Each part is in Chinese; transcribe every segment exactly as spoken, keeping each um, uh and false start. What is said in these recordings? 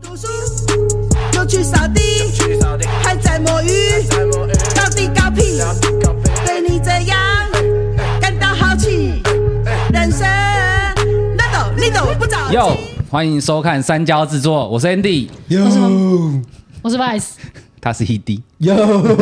读书又去扫地，还在摸鱼，到底搞屁？对你这样感到好奇，人生那懂你懂不着急。 哟，欢迎收看三焦制作，我是 Andy， 哟， 我是 Vice， 他是 E D。 哟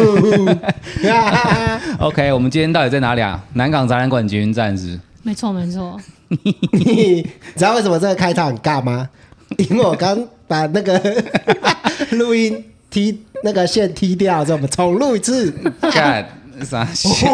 OK， 我们今天到底在哪里啊？南港展览馆捷运站是？ 没错没错。 你知道为什么这个开场很尬吗？因为我刚把那个录音踢那个线踢掉，之后我们重录一次。 干啥？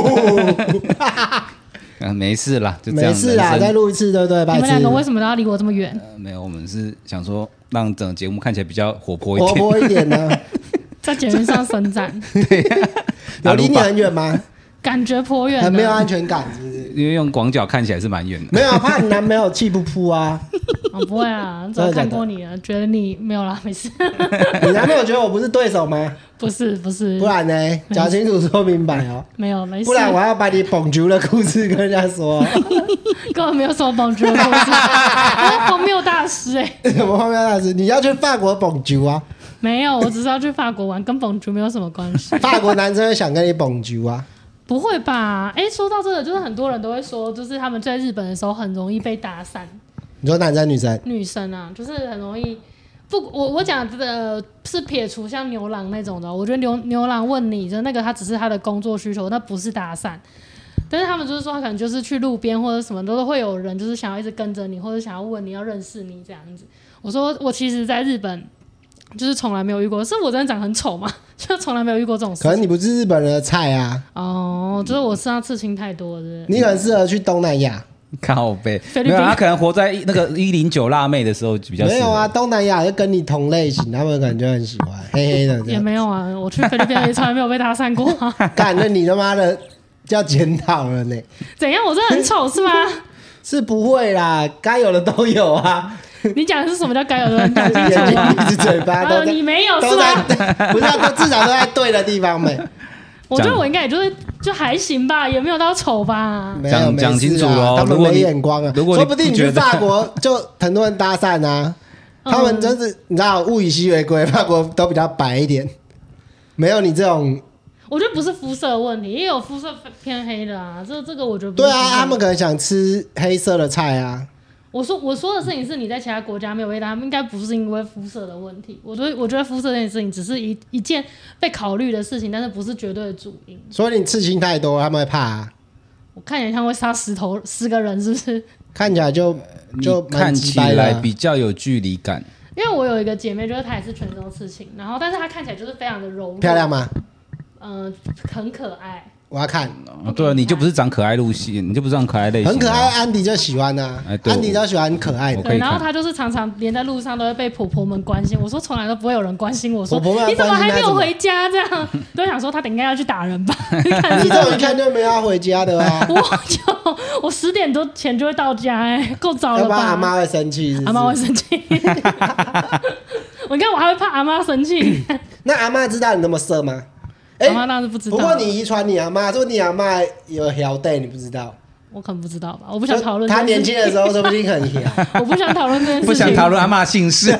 啊，没事啦，就这样。 没事啦，再录一次，对不对？ 你们两个为什么都要离我这么远？ 呃、没有，我们是想说让整个节目看起来比较活泼一点， 活泼一点呢。 在捷运上伸展。 对、啊， 有离你很远吗？ 感觉颇远， 很没有安全感，是不是？ 因为用广角看起来是蛮远的。 没有啊，怕你男朋友气不扑啊。 哦，不会啊，早看过你了，觉得你没有啦，没事。 你男朋友觉得我不是对手吗？ 不是不是， 不然呢？讲清楚说明白哦。 没有没事， 不然我要把你蹦球的故事跟人家说。 根本没有什么蹦球的故事，我是荒谬大师哎、 欸。什么荒谬大师？你要去法国蹦球啊？ 没有，我只是要去法国玩，跟蹦球没有什么关系。 法国男生想跟你蹦球啊？ 不会吧？哎、欸，说到这个，就是很多人都会说，就是他们在日本的时候很容易被搭讪。 你说男生女生？ 女生啊，就是很容易。不，我我讲的是撇除像牛郎那种的，我觉得牛牛郎问你的那个，他只是他的工作需求，那不是搭讪。但是他们就是说，他可能就是去路边或者什么都会有人就是想要一直跟着你，或者想要问你要认识你这样子。我说我其实在日本就是从来没有遇过，是我真的长很丑吗？就从来没有遇过这种事情。 可能你不是日本人的菜啊。 哦，就是我身上刺青太多了，是不是？ 你很适合去东南亚。 靠背，没有，他可能活在那个一零九辣妹的时候比较。 没有啊，东南亚就跟你同类型，他们可能就很喜欢黑黑的。 也没有啊，我去菲律宾也从来没有被搭讪过啊。 干，那你他妈的要检讨了呢。 怎样？我真的很丑是吗？ 是不会啦，该有的都有啊。 你讲的是什么叫该有的人？讲清楚眼睛、鼻子、嘴巴都在。 你没有是吗？ 不是、啊，都至少都在对的地方没。 我觉得我应该也就是就还行吧，也没有到丑吧。 讲讲清楚咯， 他们没眼光啊。 如果说不定你去法国就很多人搭讪啊，嗯、他们真是你知道物以稀为贵，法国都比较白一点，没有你这种。 我觉得不是肤色的问题，也有肤色偏黑的啊。这这个我觉得不对啊，他们可能想吃黑色的菜啊。 我说我说的事情是你在其他国家没有被搭，应该不是因为肤色的问题。我觉得我觉得肤色这件事情只是一一件被考虑的事情，但是不是绝对的主因。 所以你刺青太多，他们会怕啊。 我看起来像会杀十头十个人，是不是？ 看起来就就看起来比较有距离感。 因为我有一个姐妹，就是她也是全身都刺青，然后但是她看起来就是非常的柔弱， 漂亮吗？ 嗯、呃，很可爱。 我要看。 哦、对了，你就不是长可爱路线，你就不是长可爱类型。 很可爱，安迪就喜欢啊。哎、安迪就喜欢很可爱的。 对，然后他就是常常连在路上都会被婆婆们关心。我说从来都不会有人关心我说， 婆婆你怎么还没有回家？这样都想说他等应该要去打人吧。 你这种一看就没有要回家的啊！ 我就我十点多前就会到家、欸，哎，够早了吧？ 要不然阿妈会生气是不是， 阿妈会生气。我看我还会怕阿妈生气。 那阿妈知道你那么色吗？ 欸、阿妈当然不知道。 不过你遗传你阿妈，说你阿妈有摇带，你不知道？ 我可能不知道吧，我不想讨论。 他年轻的时候说不定很摇。 我不想讨论这件事情。 不想讨论阿妈姓氏。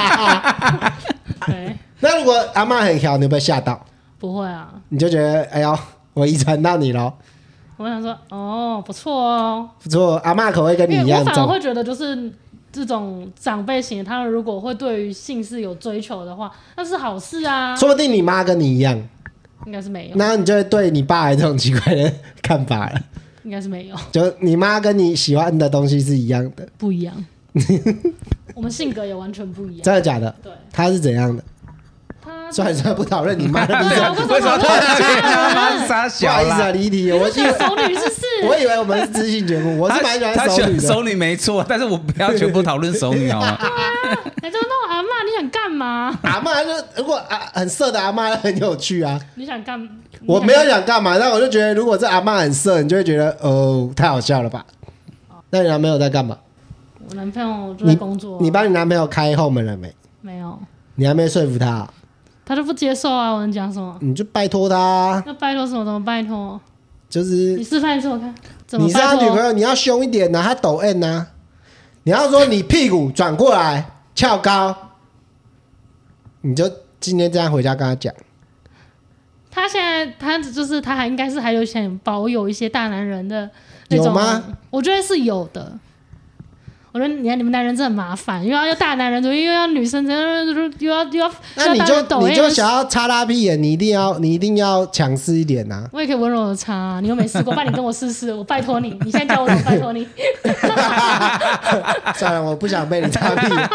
对。 那如果阿妈很摇，你会不会吓到？ 不会啊。 你就觉得哎呦，我遗传到你了。 我想说，哦，不错哦， 不错，阿嬷口味跟你一样重。 我反而会觉得，就是这种长辈型的，他们如果会对于姓氏有追求的话，那是好事啊。 说不定你妈跟你一样， 应该是没有。 那你就会对你爸有这种奇怪的看法了。 应该是没有， 就你妈跟你喜欢的东西是一样的， 不一样。我们性格也完全不一样。 真的假的？ 对， 他是怎样的？算了算了，不讨论你妈的部分。 为什么讨论他妈傻小啦？ 不好意思啊，离题。我以为熟女是是， 我以为我们是知性节目，我是蛮喜欢熟女的。 熟女没错，但是我不要全部讨论熟女好吗？ 对啊，你就那种阿嬷，你想干嘛？ 阿嬷就如果啊很色的阿嬷很有趣啊。 你想干？ 我没有想干嘛，但我就觉得如果这阿嬷很色，你就会觉得哦太好笑了吧？那你男朋友在干嘛？ 我男朋友就在工作、啊。 你帮你男朋友开后门了没？ 没有。 你还没说服他、啊？ 他就不接受啊！我能讲什么？ 你就拜托他、啊。 那拜托什么？怎么拜托？ 就是你示范一次我看。怎么你是他女朋友，你要凶一点呐、啊，他抖 M 呐、啊。你要说你屁股转过来翘高， 你就今天这样回家跟他讲。 他现在他就是他还应该是还有想保有一些大男人的那种， 有吗？ 我觉得是有的。我觉得你看你们男人真的很麻烦，又要又大男人主义，又要女生，又要又要， 那你就你就想要插他屁眼，你一定要你一定要强势一点啊！ 我也可以温柔的插、啊，你又没试过，不然你跟我试试，我拜托你，你现在教我怎么拜托你。 算了，我不想被你插屁眼。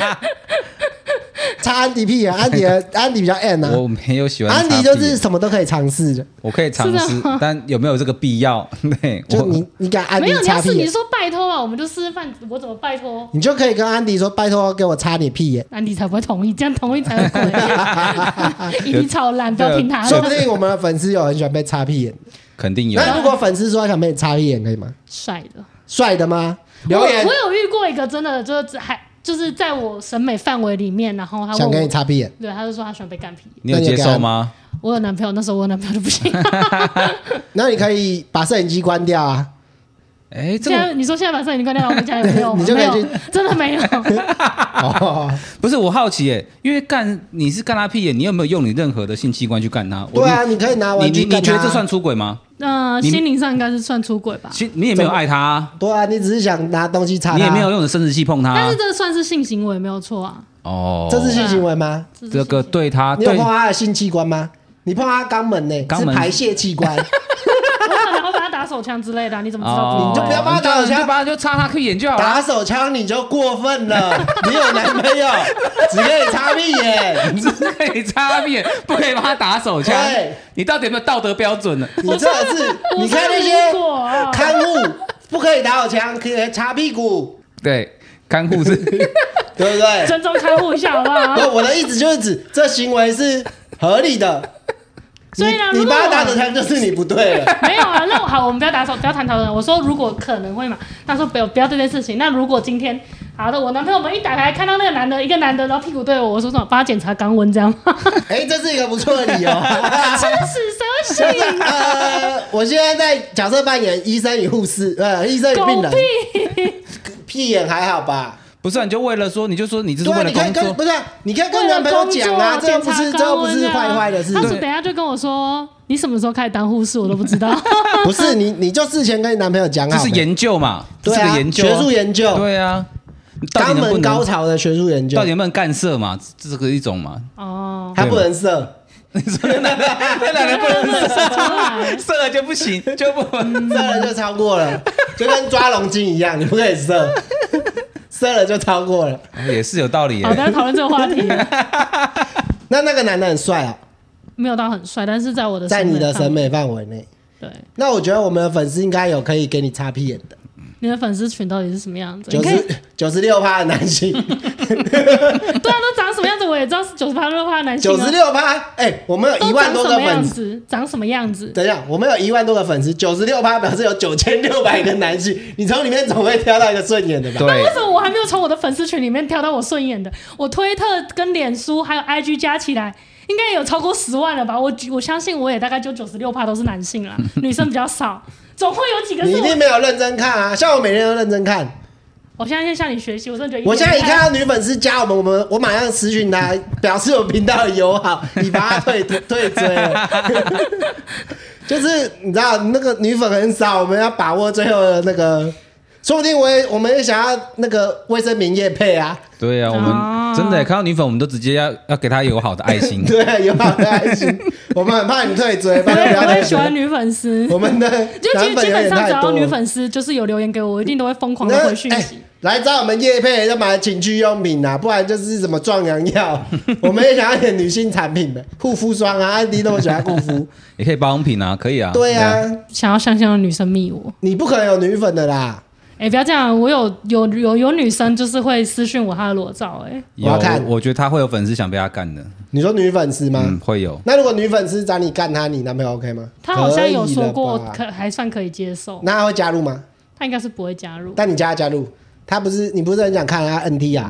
插安迪屁眼，安迪安迪比较 M 啊。 我没有喜欢安迪就是什么都可以尝试的， 我可以尝试，但有没有这个必要？对， 就你你给安迪插屁眼，没有，你要是你说拜托啊，我们就示范，我怎么拜托？ 你就可以跟安迪说拜托给我插你屁眼， 安迪才不会同意，这样同意才会鬼，一定超烂，不要听他。 说不定我们的粉丝有很喜欢被插屁眼， 肯定有。 那如果粉丝说他想被你插屁眼，可以吗？ 帅的， 帅的吗？留言， 我有遇过一个真的就是还。就是在我审美范围里面，然后他想跟你擦屁眼， 对，他就说他喜欢被干屁眼。 你有接受吗？ 我有男朋友，那时候我有男朋友就不行。 那你可以把摄影机关掉啊。 哎、欸， 现在你说现在把摄影机关掉，我们家有没有？ 你就可以去， 真的没有。 哦，不是，我好奇哎，因为干你是干他屁眼，你有没有用你任何的性器官去干他？ 对啊，你可以拿玩具干他。 你你觉得这算出轨吗？ 呃，心灵上应该是算出轨吧。 你也没有爱他、啊， 对啊，你只是想拿东西擦他， 你也没有用你的生殖器碰他、啊。 但是这算是性行为没有错啊。 哦， 这是性行为吗？ 这个对他， 你有碰他的性器官吗？你碰他肛门呢、欸，是排泄器官。 我可能会把他打手枪之类的、啊，你怎么知道、 哦？你就不要帮他打手枪， 就把他就插他屁眼就好了。 打手枪你就过分了，你有男朋友，只可以擦屁眼， 只可以擦屁眼，不可以帮他打手枪。你到底有没有道德标准呢？ 你这是，你看那些看护不可以打手枪，可以擦屁股。 对，看护是， 对不对？ 尊重看护一下好不好？ 我的意思就是指这行为是合理的。 所以呢， 你帮他打手枪就是你不对了。 没有啊，那我好，我们不要打手，不要谈讨论。我说如果可能会嘛，他说不要不要这件事情。那如果今天好的，我男朋友们一打开看到那个男的，一个男的，然后屁股对我，我说什么？帮他检查肛温这样吗？ 哎、欸，这是一个不错的理由。 吃屎蛇性。 呃，我现在在角色扮演医生与护士，呃，医生与病人。 狗屁， 屁眼还好吧？ 不是、啊，你就为了说，你就说你这是为了工作， 不是、啊？你可以跟男朋友讲啊，这不是这不是坏坏的事。 他说等一下就跟我说，你什么时候开始当护士，我都不知道。 不是你，你就事前跟你男朋友讲好， 这是研究嘛？ 对啊， 这是研究、啊， 学术研究。 对啊， 肛门高潮的学术研究， 到底能不能干涉嘛？这是一种嘛？ 哦， 他不能射。 你说那男那男人不能射，射了就不行，就不射了就超过了，就跟抓龙筋一样，你不可以射。射了就超过了， 也是有道理。 好，不要讨论这个话题。 那那个男的很帅啊， 没有到很帅，但是在我的在你的审美范围内。 对， 那我觉得我们的粉丝应该有可以给你擦屁眼的。 你的粉丝群到底是什么样子？ 九十九十六趴的男性， 对啊，都长什么样子我也知道是九十趴六趴的男性、啊。 九十六趴，哎，我们有一万多个粉丝， 长什么样子？ 等一下，我们有一万多个粉丝，九十六趴表示有九千六百个男性，你从里面总会挑到一个顺眼的吧？ 对。 那为什么我还没有从我的粉丝群里面挑到我顺眼的？我推特跟脸书还有 I G 加起来。应该有超过十万了吧？我我相信我也大概就九十六趴都是男性啦，女生比较少，总会有几个是。 你一定没有认真看啊！像我每天都认真看。 我现在向你学习，我真的觉得。 我现在一看到女粉丝加我们，我们我马上私讯她，表示我频道的友好，你把她退退追了。就是你知道那个女粉很少，我们要把握最后的那个。说不定我也我们也想要那个卫生棉业配啊。 对啊，我们真的看到女粉，我们都直接要要给她友好的爱心。 对、啊，友好的爱心。我们很怕你退追，不要我也喜欢女粉丝。 我们的就基基本上只要女粉丝就是有留言给我，我一定都会疯狂的回讯息。欸、 来找我们业配要买情趣用品啊，不然就是什么壮阳药。我们也想要点女性产品的护肤霜啊，安迪那么喜欢护肤， 也可以保养品啊，可以啊。 对啊， 想要香香的女生密我， 你不可能有女粉的啦。 哎、欸，不要这样！我有有有有女生就是会私讯我她的裸照、欸，哎， 我要看。 我觉得她会有粉丝想被她干的。 你说女粉丝吗？ 嗯，会有。 那如果女粉丝找你干她，你男朋友 OK 吗？ 他好像有说过可，可还算可以接受。 那他会加入吗？ 他应该是不会加入。 但你加他加入，他不是你不是很想看他 N T 啊？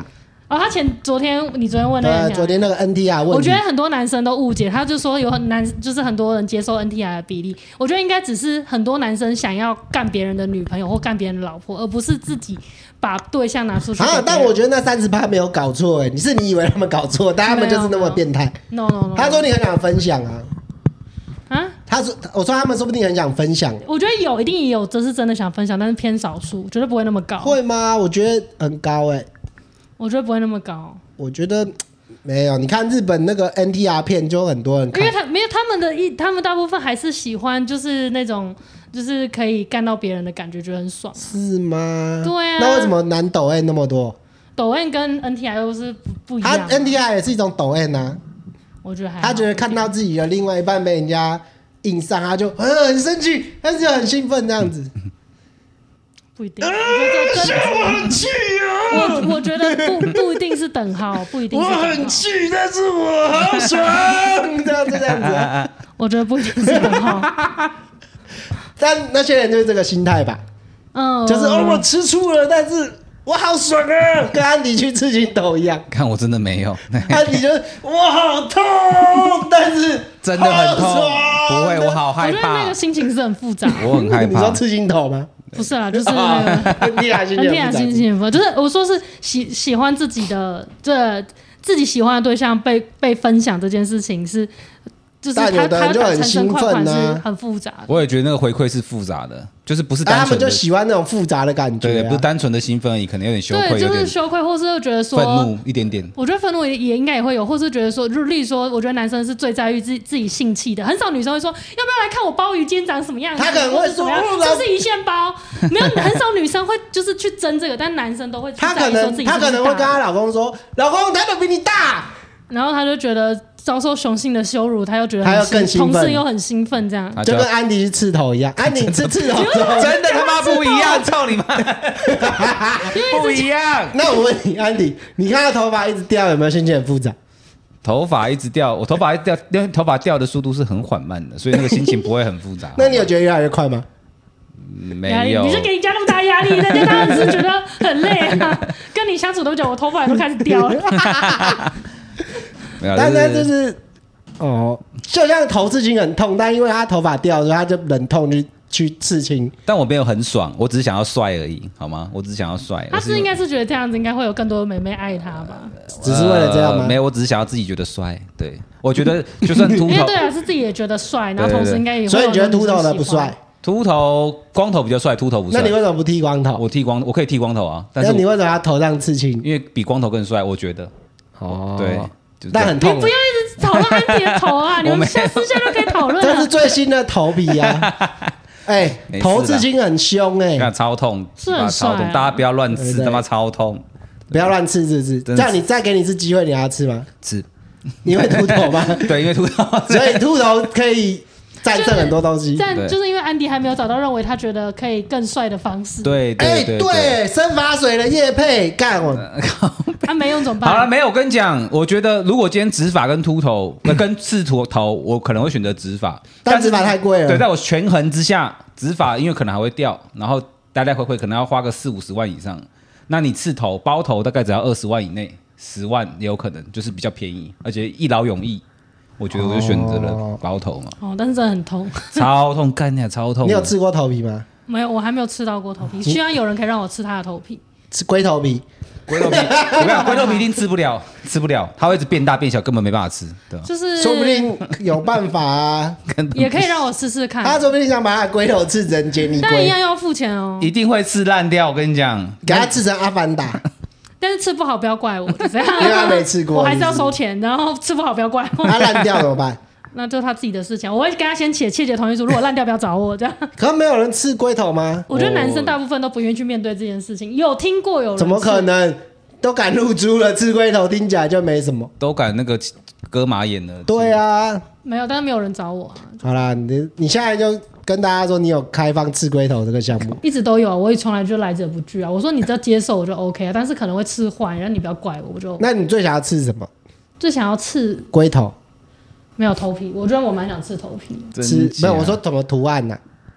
哦，他前昨天你昨天问那个， 对，昨天那个 N T R 问题， 我觉得很多男生都误解，他就说有很男，就是很多人接受 N T R 的比例，我觉得应该只是很多男生想要干别人的女朋友或干别人的老婆，而不是自己把对象拿出去。 啊，但我觉得那三十趴没有搞错哎，你是你以为他们搞错，但他们就是那么变态。 No no no， 他说你很想分享啊。 啊， 他说我说他们说不定很想分享。 我觉得有，一定也有，这是真的想分享，但是偏少数，绝对不会那么高。 会吗？我觉得很高哎、欸。 我觉得不会那么高。 我觉得没有，你看日本那个 N T R 片就很多人看， 因为他没有他们的一，他们大部分还是喜欢就是那种就是可以干到别人的感觉，觉得很爽。 是吗？ 对啊。 那为什么男抖 N 那么多？ 抖 M 跟 N T R 又是不不一样。 他 N T R 也是一种抖 M 啊。 我觉得还好。 他觉得看到自己的另外一半被人家硬上，他就呃很生气，但是很兴奋这样子。 不一定，我觉得我很气啊！ 我我觉得不不一定是等号，不一定是等号。 我很气，但是我好爽，这样子这样子、啊。 我觉得不一定是等号。 但那些人就是这个心态吧， 嗯， 就是哦我吃醋了，但是我好爽啊，跟安迪去刺青斗一样。 看我真的没有， 安迪就是我好痛，但是真的很痛， 好爽不会，我好害我觉得那怕个，心情是很复杂。 我很害怕。 你说刺青头吗？ 不是啦，就是那个很厉害，心情很天然心情很复杂，就是我说是喜喜欢自己的这自己喜欢的对象被被分享这件事情是。就是他但有的人就很他产生兴快感奋啊是很复杂的。 我也觉得那个回馈是复杂的，就是不是啊他们就单纯的， 喜欢那种复杂的感觉、啊， 对，不是单纯的兴奋而已，可能有点羞对， 愧， 就是有点羞愧，或是觉得说愤怒一点点。 我觉得愤怒也也应该也会有，或是觉得说，就例如说，我觉得男生是最在意自己自己性气的，很少女生会说要不要来看我鲍鱼今天长什么样子， 他可能会说或是怎么样哦是不是一线包，没有，很少女生会就是去争这个，但男生都会去他可在意说自己是不是能他可能会跟大他老公说，老公台北比你大， 然后他就觉得遭受雄性的羞辱，他又觉得他很又更兴奋同时又很兴奋，这样。 啊就跟安迪去刺头一样。安迪刺刺头之后， 真的他妈不一样，操你妈！不一样。 那我问你，安迪，你看他头发一直掉，有没有心情很复杂？ 头发一直掉，我头发一直掉，因为头发掉的速度是很缓慢的，所以那个心情不会很复杂。 那你有觉得越来越快吗？ 没有？ 你是给人家那么大压力，人家当然是觉得很累啊。跟你相处多久，我头发也都开始掉了。 没有， 但是他就是哦，就像头刺青很痛，但因为他头发掉，所以他就忍痛去去刺青。 但我没有很爽，我只是想要帅而已，好吗？我只是想要帅。 他是应该是觉得这样子应该会有更多的妹妹爱他吧？ 只是为了这样吗？ 呃没有，我只是想要自己觉得帅。对，我觉得就算秃头， 因为对啊，是自己也觉得帅，然后同时应该也会有所以你觉得秃头的不女生喜欢帅？ 秃头光头比较帅，秃头不帅。 那你为什么不剃光头？ 我剃光，我可以剃光头啊，但是我那你为什么要头上刺青？ 因为比光头更帅，我觉得。 哦对，就是这样但很痛你不要一直讨论安迪的头啊！你们现在私下就可以讨论了。 这是最新的头皮呀！哎， 没事啦头刺青很凶哎， 看超痛， 是很帅啊超痛，大家不要乱吃， 对对他妈超痛。 不要乱刺，是不是？这真的样你再给你一次机会，你还要刺吗？ 吃， 你会秃头吗？ 对，因为秃头， 所以秃头可以战胜很多东西。 但对就是因为安迪还没有找到认为他觉得可以更帅的方式， 对哎， 对对。 对，生发水的叶配干我， 他没用怎么办？ 好了，没有，我跟你讲，我觉得如果今天植发跟秃头，呃，跟刺秃头，我可能会选择植发， 但植发太贵了。 对，在我权衡之下，植发因为可能还会掉，然后来来回回可能要花个四五十万以上。那你刺头包头大概只要二十万以内，十万也有可能，就是比较便宜，而且一劳永逸。我觉得我就选择了包头嘛， 哦，但是真的很痛。 超痛，干你超痛的。 你有刺过头皮吗？ 没有，我还没有吃到过头皮，希望有人可以让我吃他的头皮。 刺龟头皮， 龟头皮，我跟你讲，龟头皮一定吃不了，吃不了，它会一直变大变小，根本没办法吃，对吧？ 就是说不定有办法啊。 也可以让我试试看， 他说不定想把他的龟头刺成杰尼龟但一样，要付钱哦。 一定会吃烂掉。我跟你讲， 给他刺成阿凡达。 但是吃不好不要怪我，就这样。 因为他没吃过我还是要收钱，然后吃不好不要怪我。 他烂掉怎么办？ 那就是他自己的事情，我会跟他先写切结同意书，如果烂掉不要找我这样。 可没有人刺龟头吗？ 我觉得男生大部分都不愿意去面对这件事情，有听过有人怎么可能？都敢入猪了，刺龟头听起来就没什么。 都敢那个割马眼了。 对啊， 没有，但是没有人找我啊， 好啦，你你现在就跟大家说你有开放刺龟头这个项目， 一直都有啊，我也从来就来者不拒啊。我说你只要接受我就 OK 啊，但是可能会刺坏，然后你不要怪我，我就那你最想要刺什么？ 最想要刺龟头？ 没有头皮，我觉得我蛮想刺头皮的。 刺真假没有？我说怎么图案呢、啊？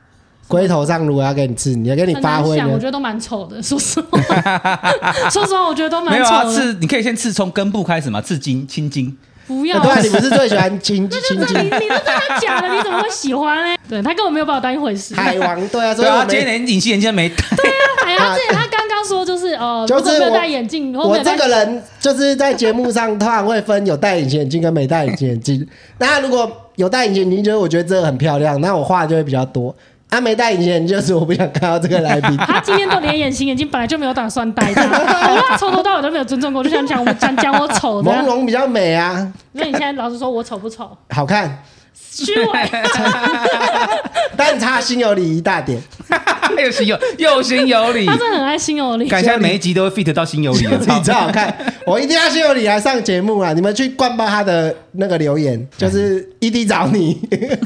龟头上如果要给你刺，你要给你发挥很难想，我呢觉？得都蛮丑的，说实话。说实话，我觉得都蛮没有啊， 丑的。 刺你可以先刺从根部开始嘛，刺筋、青筋。 不要， 对啊，你不是最喜欢亲亲你近你都知道他假的，你怎么会喜欢呢？对他根本没有把我当一回事。 海王？对啊，所以我对啊，今天没。 连隐形眼镜都没戴。 哎呀，他之前他刚刚说就是呃， 就是如果没有我戴眼镜，或没我有戴这个人就是在节目上通常会分有戴隐形眼镜跟没戴隐形眼镜。那如果有戴隐形眼镜，就是我觉得这个很漂亮，那我话就会比较多。啊，没戴隐形眼镜就是我不想看到这个来宾。 他今天都连隐形眼镜本来就没有打算戴的，我觉得他从头到尾都没有尊重过，就想讲我讲讲我丑的。 朦胧比较美啊， 那你现在老实说，我丑不丑？ 好看， 虚伪。 但差心有理一大点。 又心有又心有理他，真的很爱心有理。 感觉每一集都会 fit 到心有理的， 你超好看，我一定要心有理来上节目啊！你们去灌爆他的那个留言，就是 E D 找你。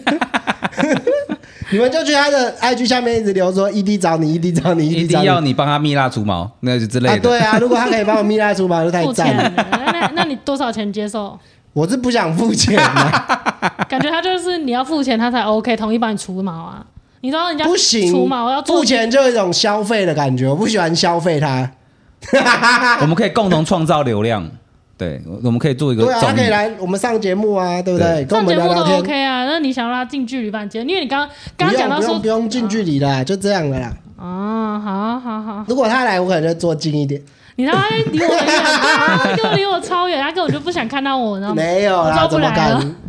你们就去他的 I G 下面一直留说 E D 找你 ，E D 找你，E 一 D 找定你。 要你帮他蜜蜡除毛，那就之类啊， 的。 对啊，如果他可以帮我蜜蜡除毛，就太付钱赞了。 了，那那你多少钱接受？ 我是不想付钱啊， 感觉他就是你要付钱，他才 OK 同意帮你除毛啊。你知道人家不行， 除毛要做付钱就有一种消费的感觉，我不喜欢消费他。 我们可以共同创造流量，对，我们可以做一个对啊，他综艺。 可以来我们上节目啊，对不对？ 对跟我上节目都们聊聊天。 OK 啊。那你想让他近距离帮你接，因为你刚刚刚讲到说不用不用不用近距离啦，就这样了啦。 啊，好好好， 如果他来，我可能就坐近一点。 你让他离我很远，他根本离我超远，他根本就不想看到我，你知道吗？ 没有啦， 我招不怎么来了敢？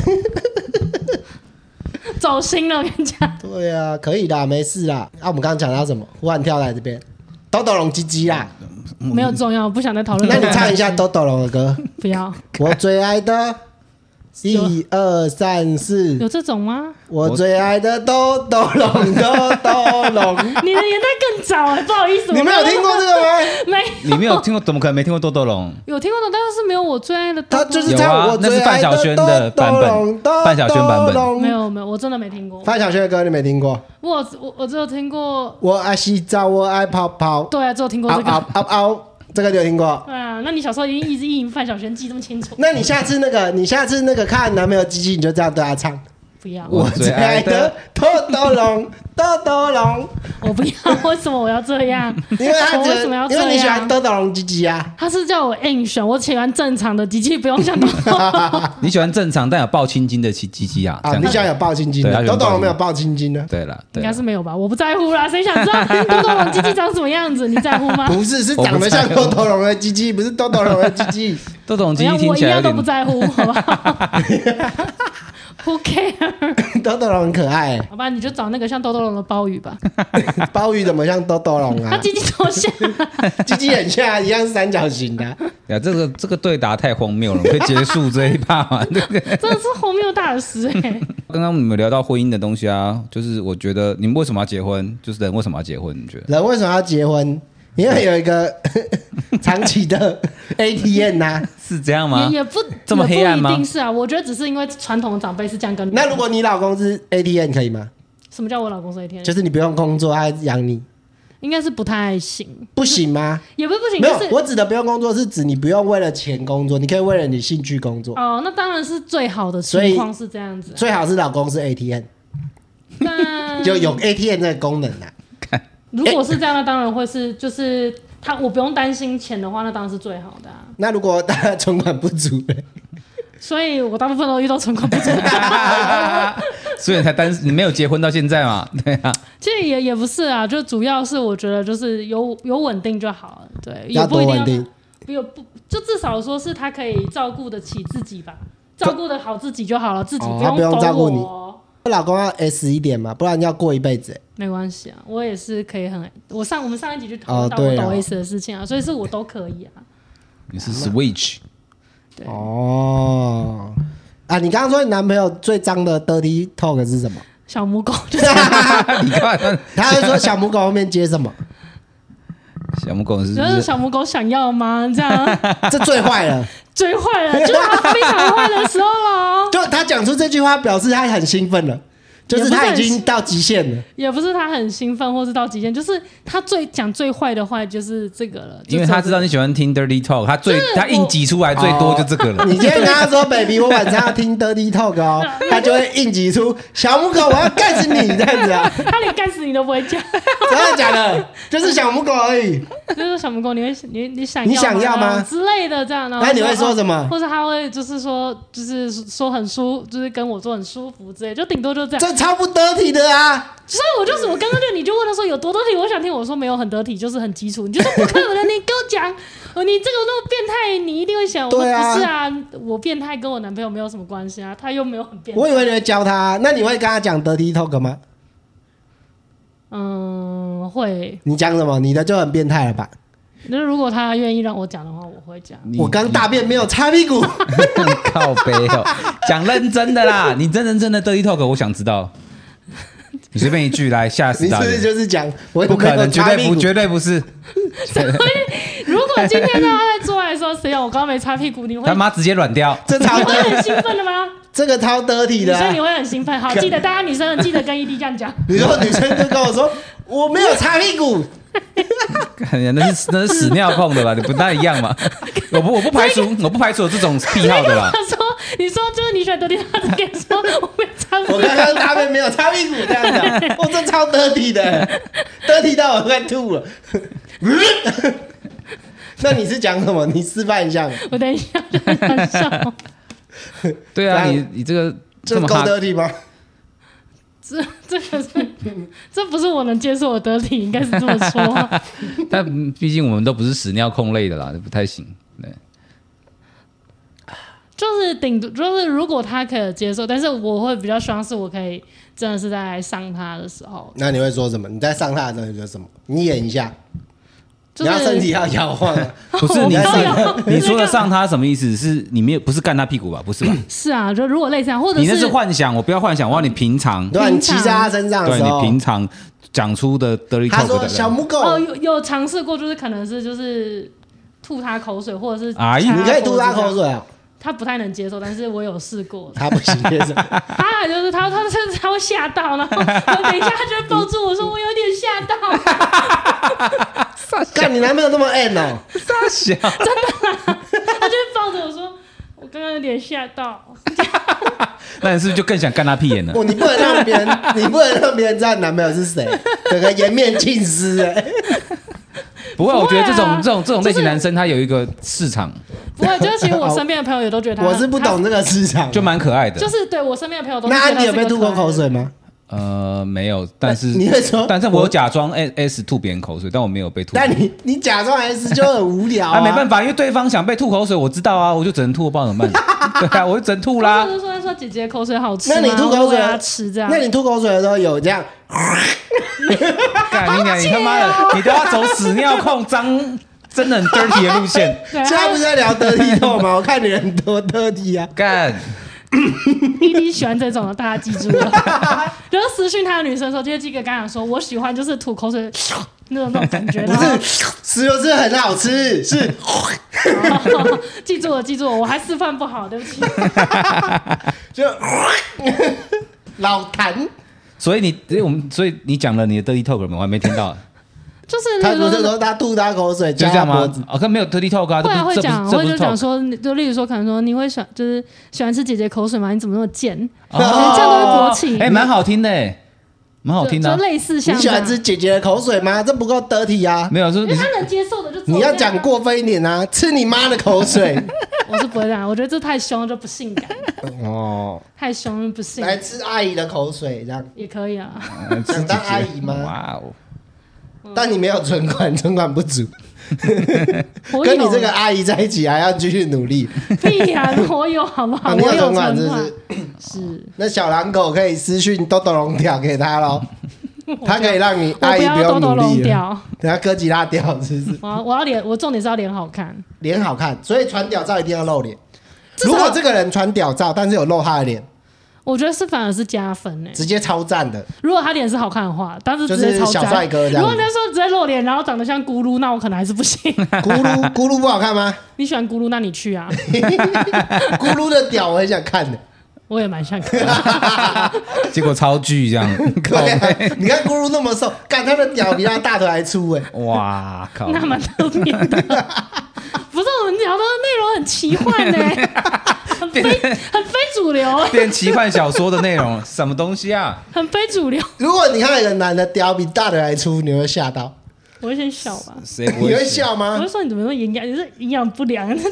走心了，我跟你讲。 对啊，可以的，没事啦。啊，我们刚刚讲到什么？忽然跳来这边，豆豆龙鸡鸡啦。 没有重要，不想再讨论。 那你唱一下豆豆龙的歌， 不要？ 我最爱的。一二三四， 有这种吗？ 我最爱的豆豆龙，豆豆龙。 你的年代更早哎，不好意思， 你没有听过这个吗？ 没有， 你没有听过，怎么可能没听过豆豆龙？ 有听过的，但是没有我最爱的豆豆。 他就是有唱我， 啊那是最爱范晓萱的的版本，范晓萱版本。 没有没有，我真的没听过。 范晓萱的歌你没听过？ 我我我只有听过， 我爱洗澡，我爱泡泡， 对啊，只有听过嗷这个。 嗷嗷嗷，这个你有听过？ 对啊，那你小时候已经一直意淫范晓萱记这么清楚？ 那你下次那个，你下次那个看男朋友机器，你就这样对他唱。 不要， 我最爱的豆豆龙，豆豆龙， 我不要，为什么我要这样？ 因为他觉我为什么要得，因为你喜欢这样？ 豆豆龙鸡鸡啊。 他是叫我硬选，我喜欢正常的机器，不用像豆豆。 你喜欢正常但有爆青筋的鸡鸡鸡啊？这啊， 样子你喜欢有抱青筋的， 对他喜欢豆豆龙没有抱青筋的。 对了，对应该啦是没有吧？我不在乎啦，谁想知道豆豆龙机器长什么样子？你在乎吗？ 不是，是长得像豆豆龙的鸡鸡，不是豆豆龙的鸡鸡。 豆豆龙我要鸡鸡听我一样都起来有点不在乎，好不好？Who care？ 豆豆龙很可爱， 好吧，你就找那个像豆豆龙的鲍鱼吧， 鲍鱼怎么像豆豆龙啊？ 他鸡鸡多像啊。 鸡鸡很像，一样是三角形的。 呀，这个这个对答太荒谬了，可以结束这一趴嘛？对不对？ 真的是荒谬大师哎、 刚刚你们聊到婚姻的东西啊，就是我觉得你们为什么要结婚？就是人为什么要结婚？你觉得？ 人为什么要结婚？因为有一个长期的 A T M 呐、 是这样吗也？也不这么黑暗吗也不一定是啊，我觉得只是因为传统的长辈是这样跟你。 那如果你老公是 A T M 可以吗？ 什么叫我老公是一天？ 就是你不用工作，他养你， 应该是不太行， 不行吗？ 也不是不行， 没有就，是我指的不用工作是指你不用为了钱工作，你可以为了你兴趣工作。 哦，那当然是最好的所以情况是这样子、啊。 最好是老公是 A T M， 但就有 A T M 这个功能啊。 如果是这样，那当然会是就是他我不用担心钱的话，那当然是最好的啊。 那如果大家存款不足呢？ 所以我大部分都遇到存款不足。 所以你才单，你没有结婚到现在嘛？对啊， 其实也也不是啊，就主要是我觉得就是有有稳定就好了，对， 要也不一定多稳定？ 有不就至少说是他可以照顾得起自己吧，照顾得好自己就好了，自己不哦他不用否照顾你我我老公要 S 一点嘛，不然要过一辈子欸。 没关系啊，我也是可以很，我上我们上一集就讨论到哦对啊我抖 S 的事情啊，所以是我都可以啊。 你是 Switch， 对哦，啊，你刚刚说你男朋友最脏的 dirty talk 是什么？ 小母狗就是你看他会说小母狗后面接什么？ 小母狗是不就是是？ 小母狗想要吗？这样这最坏了。 最坏了，就是他非常坏的时候了。 就他讲出这句话，表示他很兴奋了。 就是他已经到极限了， 也不是他很兴奋或是到极限，就是他最讲最坏的话就是这个了， 因为他知道你喜欢听 dirty talk， 他最他硬挤出来最多就这个了。 哦、你今天跟他说 baby 我晚上要听 dirty talk 哦，他就会硬挤出小母狗我要干死你这样子啊， 他连干死你都不会讲， 真的假的？就是小母狗而已， 就是小母狗你会你你想要你想要吗之类的这样，然后那你会说什么？ 或者他会就是说就是说很舒就是跟我做很舒服之类，就顶多就这样。 这超不得体的啊！ 所以我就是我刚刚就你就问他说有多得体，我想听，我说没有很得体，就是很基础。你就说不可能，你给我讲，你这个那么变态，你一定会想， 对啊， 不是啊，我变态跟我男朋友没有什么关系啊，他又没有很变态。 我以为你会教他，那你会跟他讲dirty talk吗？ 嗯，会。 你讲什么？你的就很变态了吧？ 那如果他愿意让我讲的话，我会讲。 我刚大便没有擦屁股， 靠背哦，讲认真的啦，你真认真的 dirty talk， 我想知道。你随便一句来吓死大家！ 你是不是就是讲我不可能，绝对不，绝对不是。 如果今天呢他在做爱的时候，谁让我刚刚没擦屁股，你会他妈直接软掉？ 这超你会很兴奋的吗？ 这个超得体的、啊， 所以你会很兴奋。好，记得大家女生们记得跟 E D 这样讲。 你说女生就跟我说我没有擦屁股。 那是那是屎尿控的吧？你不太一样嘛？我不我不排除我不排除有这种癖好的啦。 他说你说就是你喜欢得体，他跟你说我没擦屁股， 我刚刚大便没有擦屁股这样的，我这超得体的，得体到我快吐了。那你是讲什么？你示范一下。 我等一下就很想笑。 对啊，你你这个这够得体吗？ 这这个是这不是我能接受的得体，应该是这么说。 但毕竟我们都不是屎尿控类的啦，不太行。对， 就是顶就是如果他可以接受，但是我会比较希望是我可以真的是在上他的时候。 那你会说什么？你在上他的时候你说什么？你演一下。 就是、 你要身体要摇晃、啊， 不是你是你说的上他什么意思？是你没有不是干他屁股吧？不是吧？ 是啊，就如果类似这样，或者是你那是幻想，我不要幻想，我要你平常， 对、啊，你骑在他身上的时候， 对你平常讲出的 dirty talk。 他说小母狗哦，有有尝试过，就是可能是就是吐他口水，或者是哎， 你可以吐他口水啊。 他不太能接受，但是我有试过。 他不行接受， 他就是他他甚至他会吓到，然后等一下他就会抱住我说我有点吓到。 干你男朋友这么 N 哦？ 傻小，真的啦，他就会抱着我说我刚刚有点吓到。 那你是不是就更想干他屁眼了？ 哦，你不能让别人，你不能让别人知道你男朋友是谁，整个颜面尽失哎。 不会，我觉得这种、 啊、 这种这种类型男生他有一个市场。 不会，就是其实我身边的朋友也都觉得他， 我是不懂这个市场， 就蛮可爱的。 就是对我身边的朋友都觉得那安迪有被吐过口水吗？ 呃，没有，但是你会说， 但是我有假装 S 吐别人口水，但我没有被吐。 但你你假装 S 就很无聊啊， 啊没办法，因为对方想被吐口水，我知道啊，我就只能吐，我不知道怎么办。对啊，我就只能吐啦。 就是说说姐姐口水好吃吗？ 那你吐口水要吃这样？ 那你吐口水的时候有这样？ 干你娘！你他妈的，你都要走屎尿控脏。真的很 dirty 的路线， 现在不是在聊 dirty talk 吗？我看你很多 dirty 啊， 干。 E D 喜欢这种的，大家记住了。然后私讯他的女生的时候，就会记得跟他说，我喜欢就是吐口水那种那种感觉。 不是，吃又是很好吃，是。 哦、记住了，记住了，我还示范不好，对不起。 就老痰。 所以你，我们，所以你讲了你的 dirty talk 我还没听到。 就是他不是说他吐他口水， 就这样吗？哦，可没有 dirty talk 啊， 会啊会讲，会就讲说，就例如说，可能说你会喜欢，就是喜欢吃姐姐口水吗？你怎么那么贱？哦、这样都会勃起。 哎，蛮好听的，蛮好听的、啊。 就类似像你喜欢吃姐姐的口水吗？这不够得体啊！ 没有，说他能接受的就你要讲过分一点啊，吃你妈的口水。 我是不会这样，我觉得这太凶就不性感。哦，太凶不性感。 来吃阿姨的口水，这样也可以啊。 想当阿姨吗？ 哇哦！ 但你没有存款，存款不足，跟你这个阿姨在一起还要继续努力。 屁呀、啊，我有好不好？ 啊、你有存款是不是？ 是。 那小狼狗可以私讯豆豆龙条给他咯，他可以让你阿姨不用努力了。 等下哥吉拉屌是不是？ 我要我要脸，我重点是要脸好看， 脸好看，所以传屌照一定要露脸。如果这个人传屌照，但是有露他的脸。 我觉得是反而是加分诶、欸， 直接超赞的。 如果他脸是好看的话，但是直接超赞。 就是小帅哥这样。 如果那时候直接露脸，然后长得像咕噜，那我可能还是不行。 咕噜咕噜不好看吗？ 你喜欢咕噜，那你去啊。 咕噜的屌我很想看的。 我也蛮想看。 结果超巨这样。 对啊，你看咕噜那么瘦，干他的屌比他大腿还粗哎、欸！ 哇靠！ 那蛮特别的。不是我们聊的内容很奇幻呢、欸，很非很非主流、欸， 变奇幻小说的内容，什么东西啊？ 很非主流。 如果你看到一个男的屌比大腿还粗，你会吓到？ 我会先笑吧。 谁不会你会笑我吗会？说你怎么说营养？你是营养不良？对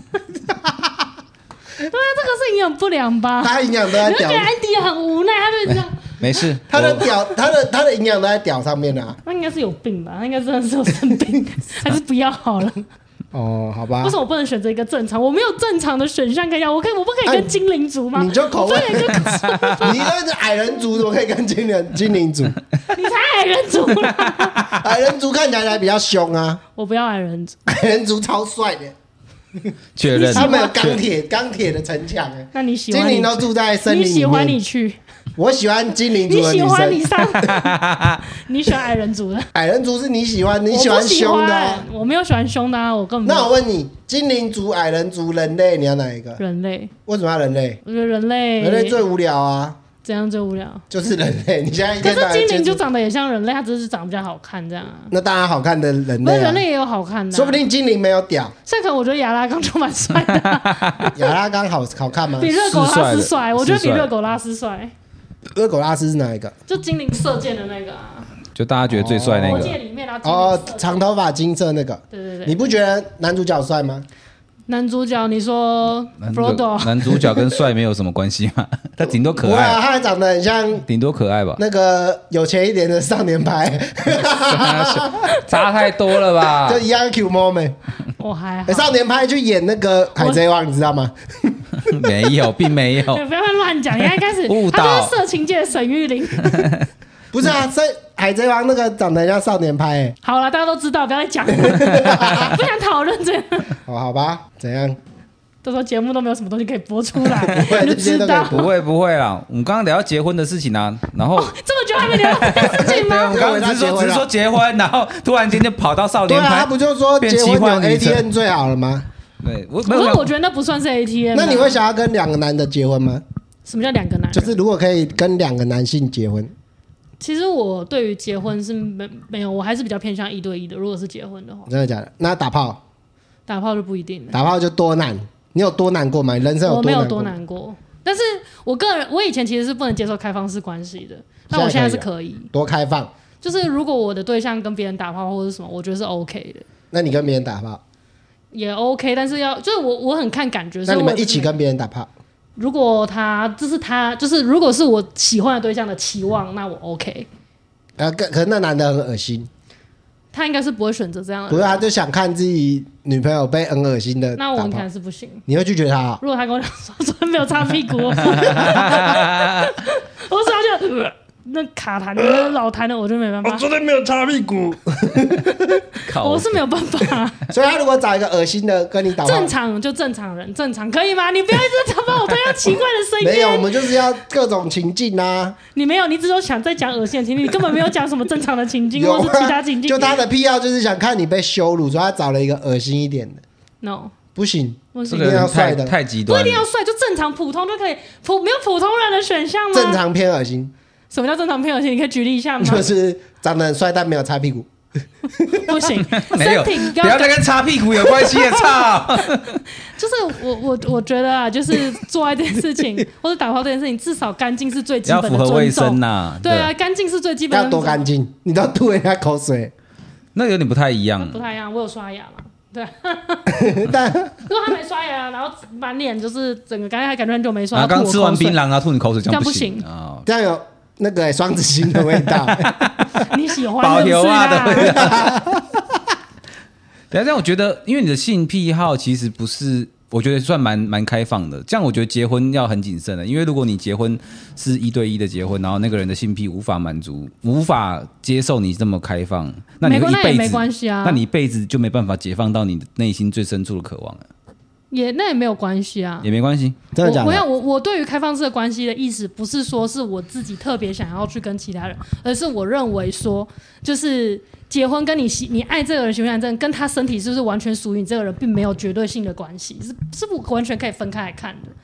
啊，这个是营养不良吧？ 他营养都在屌你就觉得，安迪很无奈，他就这样。 没事， 他的我屌，他的他的营养都在屌上面啊。 他应该是有病吧？他应该真的是有生病，还是不要好了？ 哦，好吧为什。么我不能选择一个正常？我没有正常的选项可以要，我可以，我不可以跟精灵族吗？ 你就口味我不可以跟你那是矮人族，怎么可以跟精灵精灵族？ 你才矮人族啦！ 矮人族看起来还比较凶啊， 我不要矮人族， 矮人族超帅的， 确认他们有钢铁钢铁的城墙哎。 那你喜欢你精灵都住在森林里面。 你喜欢你去， 我喜欢精灵族你的女喜欢你生。 上，你喜欢矮人族的， 矮人族是你喜欢，你我喜欢不喜凶的啊。 欢，我没有喜欢凶的啊，我根本没有那我问你，精灵族、矮人族、人类，你要哪一个？ 人类， 为什么要人类？ 我觉得人类人类最无聊啊， 怎样最无聊？ 就是人类。你现在一可天到是精晚接触， 灵就长得也像人类，它只是长得比较好看这样啊。 那当然好看的人不是类啊， 人类也有好看的啊， 说不定精灵没有屌。 像可能我觉得亚拉冈就蛮帅的啊， 亚拉冈好好看吗比？热狗拉斯帅，我觉得比是帅的热狗拉斯帅， 热狗拉斯是哪一个？ 就精灵射箭的那个啊， 就大家觉得最帅那魔个， 戒里面然后精灵哦射，箭长头发金色那个。 对对对， 你不觉得男主角帅吗？ 男主角你说男 Frodo 男主角跟帅没有什么关系嘛，他顶多可不会啊， 爱， 他还长得很像顶多可爱吧， 那个有钱一点的少年派， 差太多了吧就？一样 Q moment。 我还好欸，少年派去演那个海贼王，你知道吗？ 没有，并没有。 对，不要乱讲，你看开始误导他就是色情界的沈玉琳。 不是啊，所以海贼王那个长得很像少年派、欸。 好了，大家都知道，不要再讲了，不想讨论这个。 哦，好吧，怎样？ 到时候节目都没有什么东西可以播出来， 会你就这些都可以知道。 不会不会啦，我们刚刚聊到结婚的事情啊，然后这么久还没聊到这件事情对，我吗？ 们刚刚只是说只是说结婚，然后突然间就跑到少对啊， 年派他，不就说变奇结婚有幻旅程 A T M 最好了吗？ 对我没有可是想我觉得那不算是 A T M 啊。 那你会想要跟两个男的结婚吗？ 什么叫两个男人？ 就是如果可以跟两个男性结婚， 其实我对于结婚是没没有，我还是比较偏向一对一的。如果是结婚的话， 真的假的？那打炮， 打炮就不一定了。 打炮就多难。你有多难过吗？你人生有我没有多多难过？ 难过，但是我个人，我以前其实是不能接受开放式关系的，但我现在是可以。 多开放？ 就是如果我的对象跟别人打炮或者什么，我觉得是 OK 的， 那你跟别人打炮？ 也 OK。但是要就是我我很看感觉， 那所以我你们一起跟别人打炮？ 如果他这是他就是如果是我喜欢的对象的期望，那我 OK。 啊，可可是那男的很恶心， 他应该是不会选择这样的不是， 人， 他就想看自己女朋友被很恶心的打炮那我很看，是不行。 你会拒绝他啊？ 如果他跟我讲说昨天没有擦屁股，我说他就、呃、那卡痰的、那老痰的，我就没办法， 昨天没有擦屁股， 靠我是没有办法。 所以他如果找一个恶心的跟你打炮， 正常就正常人，正常可以吗？你不要一直他帮我推到奇怪的声音。 没有，我们就是要各种情境啊。 你没有，你只有想在讲恶心的情境，你根本没有讲什么正常的情境有啊或是其他情境。 就他的癖好就是想看你被羞辱，所以他找了一个恶心一点的。 no， 不行， 不行这个人太太极不端了， 一定要帅，就正常普通就可以。普没有普通人的选项吗？ 正常偏恶心， 什么叫正常偏恶心？你可以举例一下吗？ 就是长得很帅但没有擦屁股。 不行， 没有， 身体不要再跟擦屁股有关系的，操！ 就是我我我觉得啊，就是做爱这件事情或者打炮这件事情，至少干净是最基要本的符合卫尊重。 生呐。 对啊，，干净是最基本的。 要多干净，你都吐人家口水。 那有点不太一样不。太一样，我有刷牙嘛。对， 但如果他没刷牙，然后满脸就是整个刚才感觉很久没刷， 啊，刚吃完槟榔， 榔啊，吐你口水，这样不这样不行啊。 这样有那个欸双子星的味道。 你喜欢保就是留啊的味啦。 道。等一下，这样我觉得，因为你的性癖好其实不是，我觉得算蛮蛮开放的。这样我觉得结婚要很谨慎的，因为如果你结婚是一对一的结婚，然后那个人的性癖无法满足，无法接受你这么开放，那你会一没关那也没辈子， 关系啊， 那你一辈子就没办法解放到你内心最深处的渴望了， 也那也没有关系啊。 也没关系。 真的假的？ 我我要我我对于开放式的关系的意思，不是说是我自己特别想要去跟其他人，而是我认为说，就是结婚跟你喜你爱这个人喜欢这个人，跟他身体是不是完全属于你这个人，并没有绝对性的关系，是是不完全可以分开来看的。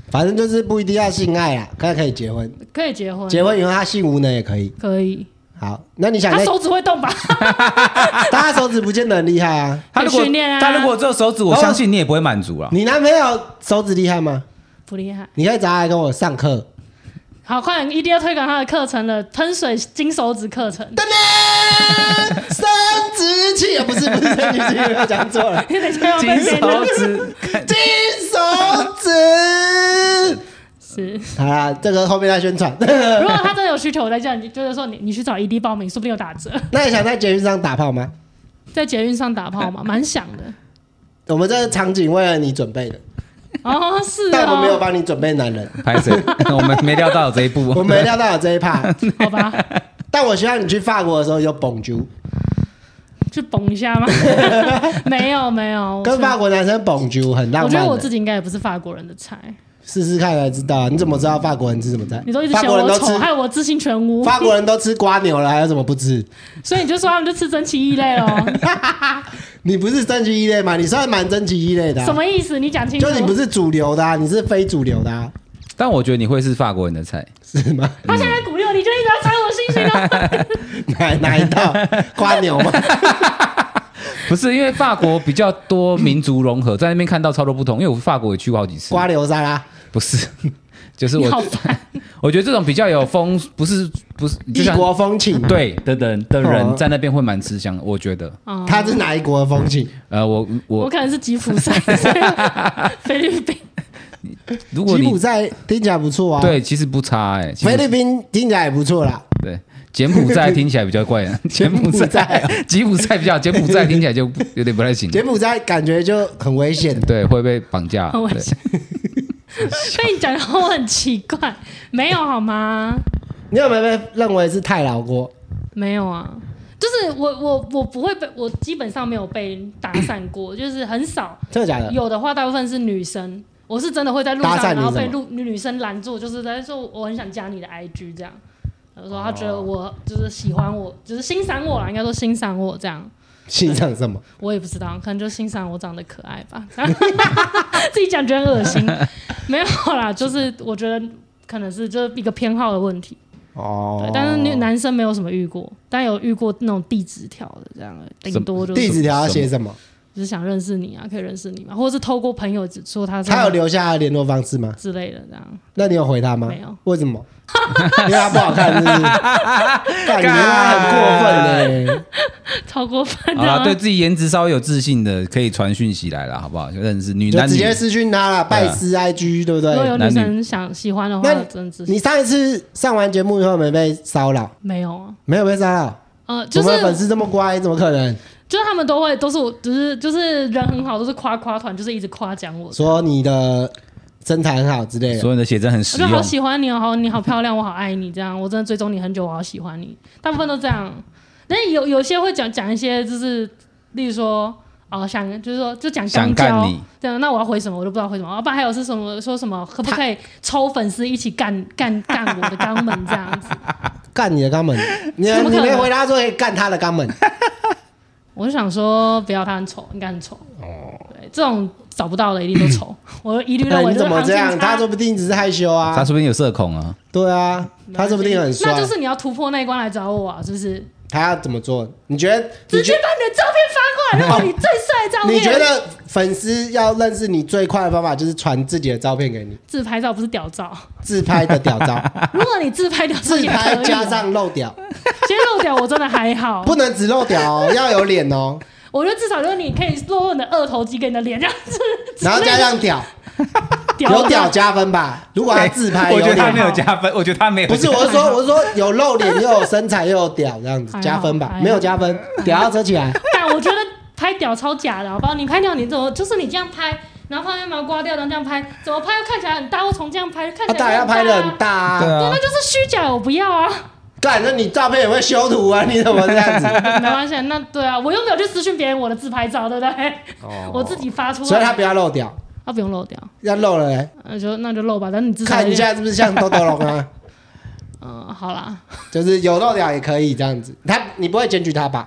反正就是不一定要性爱啦，可以可以结婚， 可以结婚， 结婚以后他性无能也可以。 可以。 好，那你想在他手指会动吧？ 他手指不见得很厉害啊。 他如果训练啊他如果只有手指，我相信你也不会满足了。 你男朋友手指厉害吗？ 不厉害。 你可以找他来跟我上课。 好，快点，一定要推广他的课程了，喷水金手指课程。 噔噔，生殖器啊，不是不是生殖器，我讲错了。 你等一下要被金别人手指， 金手指。 是， 好啦，这个后面再宣传。 如果他真的有需求，我再叫你，就是说你你去找 E D 报名，说不定有打折。 那你想在捷运上打炮吗？ 在捷运上打炮嘛，蛮想的。 我们这个场景为了你准备的， 哦，是哦， 但我们没有帮你准备男人， 拍谁？我们没料到有这一步。 我没料到有这一趴。 好吧， 但我希望你去法国的时候有 Bonjour， 去蹦一下吗？没有没有， 跟法国男生 Bonjour 很浪漫的。 我觉得我自己应该也不是法国人的菜。 试试看才知道。你怎么知道法国人吃什么菜？ 你都一直法嫌我丑， 国人都吃， 害我自信全无。 法国人都吃瓜牛了，还有什么不吃？ 所以你就说他们就吃珍奇异类哦？ 你不是珍奇异类吗？你算蛮珍奇异类的、啊。 什么意思？你讲清楚。 就你不是主流的、啊，你是非主流的、啊。 但我觉得你会是法国人的菜， 是吗？ 他现在鼓励我，你就一直要猜我心情哦。 哪哪一道瓜牛吗？ 不是因为法国比较多民族融合，在那边看到超多不同。因为我法国也去过好几次。 瓜牛沙拉不是，就是我你好烦。 我觉得这种比较有风，不是不是，就异像国风情。 对的人的哦人在那边会蛮吃香，我觉得。 哦他是哪一国的风情？ 呃，我我我可能是吉普赛，所以菲律宾。 如果你吉普赛听起来不错啊。， 对，其实不差哎、欸。 菲律宾听起来也不错啦。 对，柬埔寨听起来比较怪啊，柬埔柬埔寨寨哦、 吉普赛比较，柬埔寨听起来就不有点不太行。 柬埔寨感觉就很危险。 对，会被绑架。对很危险。被你讲的我很奇怪，没有好吗？ 你有没有被认为是太老过？ 没有啊，就是我我我不会被，我基本上没有被搭讪过，就是很少。 真的假的？ 有的话，大部分是女生。我是真的会在路搭讪上，然后你什么被路女生拦住，就是在说我很想加你的 I G 这样。他说他觉得我就是喜欢我，就是欣赏我啦，应该说欣赏我这样。 欣赏什么？ 我也不知道，可能就欣赏我长得可爱吧。自己讲觉得很恶心，没有啦，就是我觉得可能是就是一个偏好的问题。 哦对，但是女男生没有什么遇过，但有遇过那种递纸条的这样，顶多就是地址条要写什么？ 就是想认识你啊，可以认识你嘛，或者是透过朋友说他是他有留下他的联络方式吗？ 之类的这样。 那你有回他吗？ 没有。 为什么？因为他不好看，是不是？感觉他很过分呢、欸， 超过分的好了， 吗？ 对自己颜值稍微有自信的，可以传讯息来了，好不好？就认识女男女就直接私讯他了，拜私 I G， 对不对如？果有女男生想喜欢的话， 那真的是你上一次上完节目以后有没有被骚扰？ 没有啊。 没有被骚扰？ 呃，就是我们的粉丝这么乖，怎么可能？ 就是他们都会都是我，就是就是人很好，都是夸夸团，就是一直夸奖我。 说你的身材很好之类的。 所有的写真很实用我就好。喜欢你哦，好你好漂亮，我好爱你，这样我真的追踪你很久，我好喜欢你。大部分都这样，但有有些会讲讲一些，就是例如说哦想就是说就讲想肛交干你， 这样那我要回什么我都不知道回什么。要不然还有是什么说什么可不可以抽粉丝一起干干干我的肛门这样子？ 干你的肛门，你怎么可能你没回答说可以干他的肛门。 我就想说不要他很丑，应该很丑。哦，对，这种找不到的一定都丑。我一律认那你为就是怎么这样？ 行情差他说不定只是害羞啊。 他说不定有社恐啊。 对啊，他说不定很帅。 那就是你要突破那一关来找我啊，是不是？ 他要怎么做？你觉得？ 直你觉接把你的照片发过来，让我你最帅的照片。 你觉得粉丝要认识你最快的方法就是传自己的照片给你， 自拍照不是屌照？ 自拍的屌照， 如果你自拍屌照自也可以， 拍加上露屌， 其实露屌我真的还好， 不能只露屌哦，要有脸哦， 我觉得至少就是你可以露露你的二头肌跟你的脸这样子， 然后加上屌， 屌有屌加分吧？如果他自拍， 我觉得他没有有脸加分，我觉得他没有。 不是，我是说，我是说有露脸又有身材又有屌这样子还好加分吧还？好没有加分，屌要遮起来。 但我觉得拍屌超假的，好不好？你拍屌你怎么就是你这样拍，然后旁边毛刮掉，然后这样拍，怎么拍又看起来很大？我从这样拍看起来他当然要拍的很大啊， 大啊， 对啊对，那，就是虚假，我不要啊。 干，那你照片也会修图啊？你怎么这样子？ 没关系，那对啊，我又没有去私讯别人我的自拍照，对不对？我自己发出来， 所以他不要露屌， 他不用漏掉， 要露了嘞， 那就那就漏吧，但是你至少看一下是不是像豆豆龙啊？ 嗯，好啦， 就是有露屌也可以这样子。他你不会检举他吧？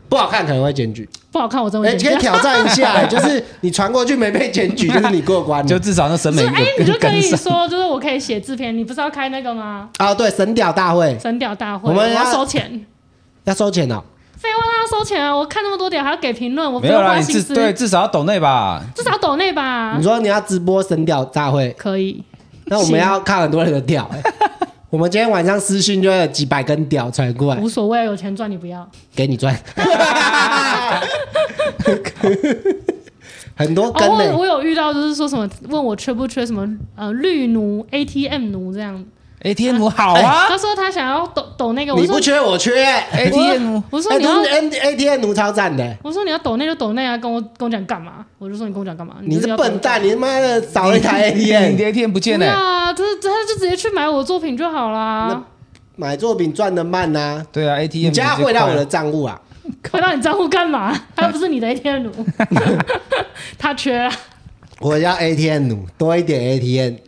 不好看可能会检举。 不好看，我真哎、 会剪掉。 可以挑战一下、就是你传过去没被检举，就是你过关了。 就至少那审美就是哎、你就可以跟上。 说，就是我可以写制片，你不是要开那个吗？ 啊，对，神屌大会神屌大会， 我们要要收钱。 要收钱哦。 废话，那要收钱啊！我看那么多屌，还要给评论，我不没有啦，你用花心思。 至对至少要抖内吧？ 至少抖内吧你。说你要直播神屌大会， 可以。 那我们要看很多人的屌、欸。我们今天晚上私讯就会有几百根屌传过来无，所谓，有钱赚你不要。 给你赚。很多根哦， 呢、 我我有遇到，就是说什么问我缺不缺什么呃绿奴、A T M 奴这样。 A T M 好啊他说他想要抖抖那个，我说你不缺我缺。 ，A T M 哎， 我说你要， A T M 奴超赞的、欸。 我说你要抖那就抖那啊，跟我跟我讲干嘛？我就说你跟我讲干嘛？ 你就是要笨蛋， 抖你他妈的少了一台 A T 你 M， 的 A T M 不见了、 不要啊，他他就直接去买我的作品就好啦， 买作品赚的慢呐、啊。 对啊，A T M 你加汇到我的账户啊。 回到你账户干嘛？他又不是你的 A T M 奴，他缺啊。 我要 A T M 奴，多一点 A T M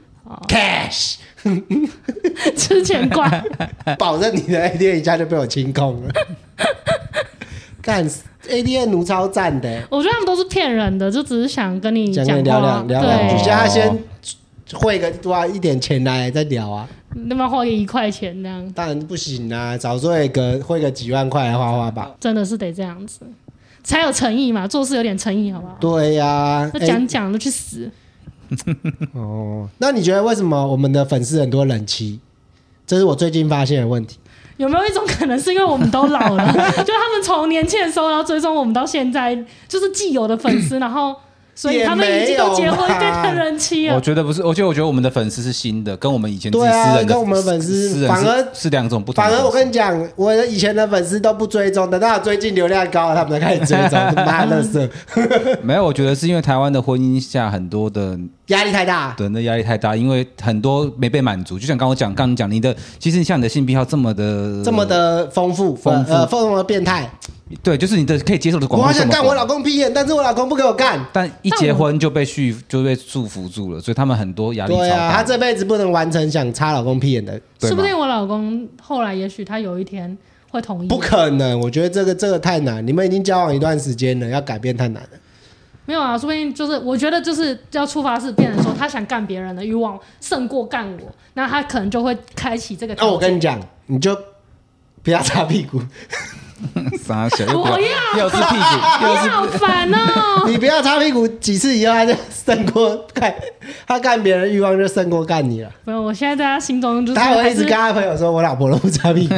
cash， 吃钱怪。 保证你的 A T M 一下就被我清空了。干 A T M 奴超赞的、欸， 我觉得他们都是骗人的，就只是想跟你讲讲跟你聊话两聊两句， 对， 叫他先汇个多一点钱来再聊啊。 那么花个一块钱这样， 当然不行啊，早说一个汇个几万块来花花吧。 真的是得这样子，才有诚意嘛，做事有点诚意好不好？ 对呀、啊， 那讲讲就去死。 哦，那你觉得为什么我们的粉丝很多人妻？这是我最近发现的问题。 有没有一种可能是因为我们都老了，就他们从年轻的时候然后追踪我们到现在，就是既有的粉丝，然后所以他们已经都结婚变成人妻我了。 觉得不是，而且我觉得我们的粉丝是新的，跟我们以前自己对啊私人的跟我们的粉丝私人反而是是两种不同的粉丝。 反而我跟你讲，我的以前的粉丝都不追踪，等到最近流量高了，他们才开始追踪，他妈乐色， 没有，我觉得是因为台湾的婚姻下很多的压力太大。 人的压力太大，因为很多没被满足。就像刚我讲，刚刚讲你的，其实像你的性癖好这么的这么的丰富， 丰富呃，丰富的变态。 对，就是你的可以接受的我广度这么好想干我广， 老公屁眼，但是我老公不给我干。 但一结婚就被束就被束缚住了，所以他们很多压力超对啊， 大。 他这辈子不能完成想插老公屁眼的， 对吗说不定我老公后来也许他有一天会同意。 不可能。我觉得这个这个太难，你们已经交往一段时间了，要改变太难了。 没有啊，说不定就是我觉得就是要出发是变成说他想干别人的欲望胜过干我，那他可能就会开启这个条那件。 我跟你讲，你就不要擦屁股， 傻小又不我要又是屁股， 你好烦哦！ 你不要擦屁股几次以后，他就胜过干他干别人欲望就胜过干你了。 没有，我现在在他心中就是他会还是一直跟他朋友说，我老婆都不擦屁股。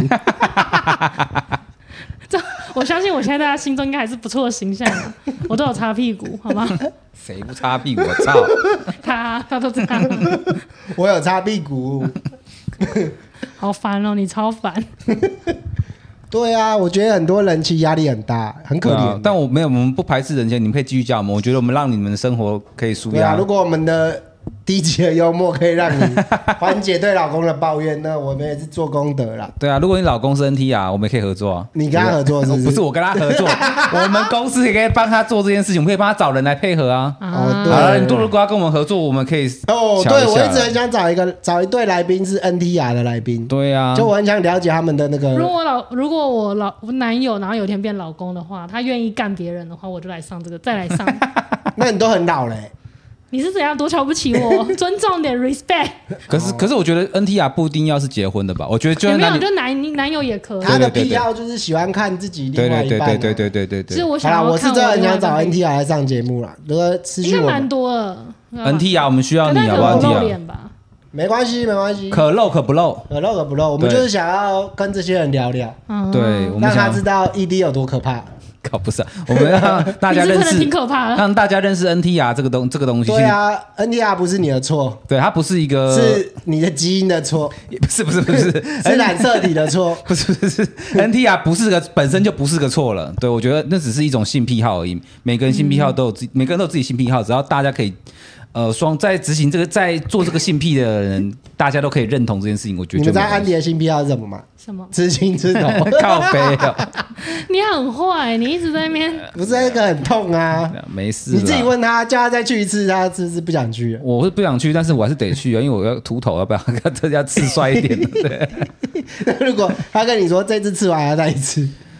这，我相信我现在在他心中应该还是不错的形象啊，我都有擦屁股，好吗？ 谁不擦屁股？我操！ 他他都这样， 我有擦屁股。 好烦哦，你超烦。 对啊，我觉得很多人其实压力很大，很可怜、 对啊，但我没有，我们不排斥人间，你们可以继续叫我们。我觉得我们让你们的生活可以舒压。 对啊，如果我们的低级的幽默可以让你缓解对老公的抱怨，那我们也是做功德啦。 对啊，如果你老公是 N T 啊，我们也可以合作啊。 你跟他合作是不是？ 不是我跟他合作，我们公司也可以帮他做这件事情，我们可以帮他找人来配合啊。 哦，对好了，你如果要跟我们合作，我们可以哦， 瞧下对我一直很想找一个找一对来宾是 N T R 的来宾， 对啊， 就我很想了解他们的那如个。 果我老如果我老我男友，然后有一天变老公的话，他愿意干别人的话，我就来上这个，再来上。 那你都很老嘞、 你是怎样多瞧不起我？尊重点 ，respect。 可是可是我觉得 N T R 不一定要是结婚的吧？我觉得就有没有？ 算那里就男男友也可以。 他的对对对癖好就是喜欢看自己对对另外一半、啊。 对对对对对对对就是我好啦， 想要看我是真的很想找另外一半 N T R 来上节目啦。如果私应该蛮讯我们， 多的。 ，N T R 我们需要可你好不好？N 能可能不 T 露 R 脸吧。 没关系，没关系， 可露可不露， 可露可不露，我们对就是想要跟这些人聊聊， 嗯对我们让他想知道 E D 有多可怕。 靠不是啊，我们让大家认你是可能挺识， 可怕的。 让大家认识 N T R 这个东这个东西。 对啊，N T R 不是你的错， 对，它不是一个， 是你的基因的错， 也不是不是不是是染色体的错。 不是不是 N T R 不是个本身就不是个错了。对我觉得那只是一种性癖好而已，每个人性癖好都有自己，每个人都有自己性癖好，只要大家可以。呃，双在执行这个，在做这个性癖的人，大家都可以认同这件事情。我觉得你们知道就没关系安迪的新癖好是什么吗？ 什么？ 吃青吃头， 靠背哦， 你很坏，你一直在那边。 不是那个很痛啊。 没事。 你自己，问他，叫他再去一次，他是不是不想去了？ 我是不想去，但是我还是得去啊，因为我要秃头，要不要这要刺帅一点的？对， 如果他跟你说这次吃完还要再一次，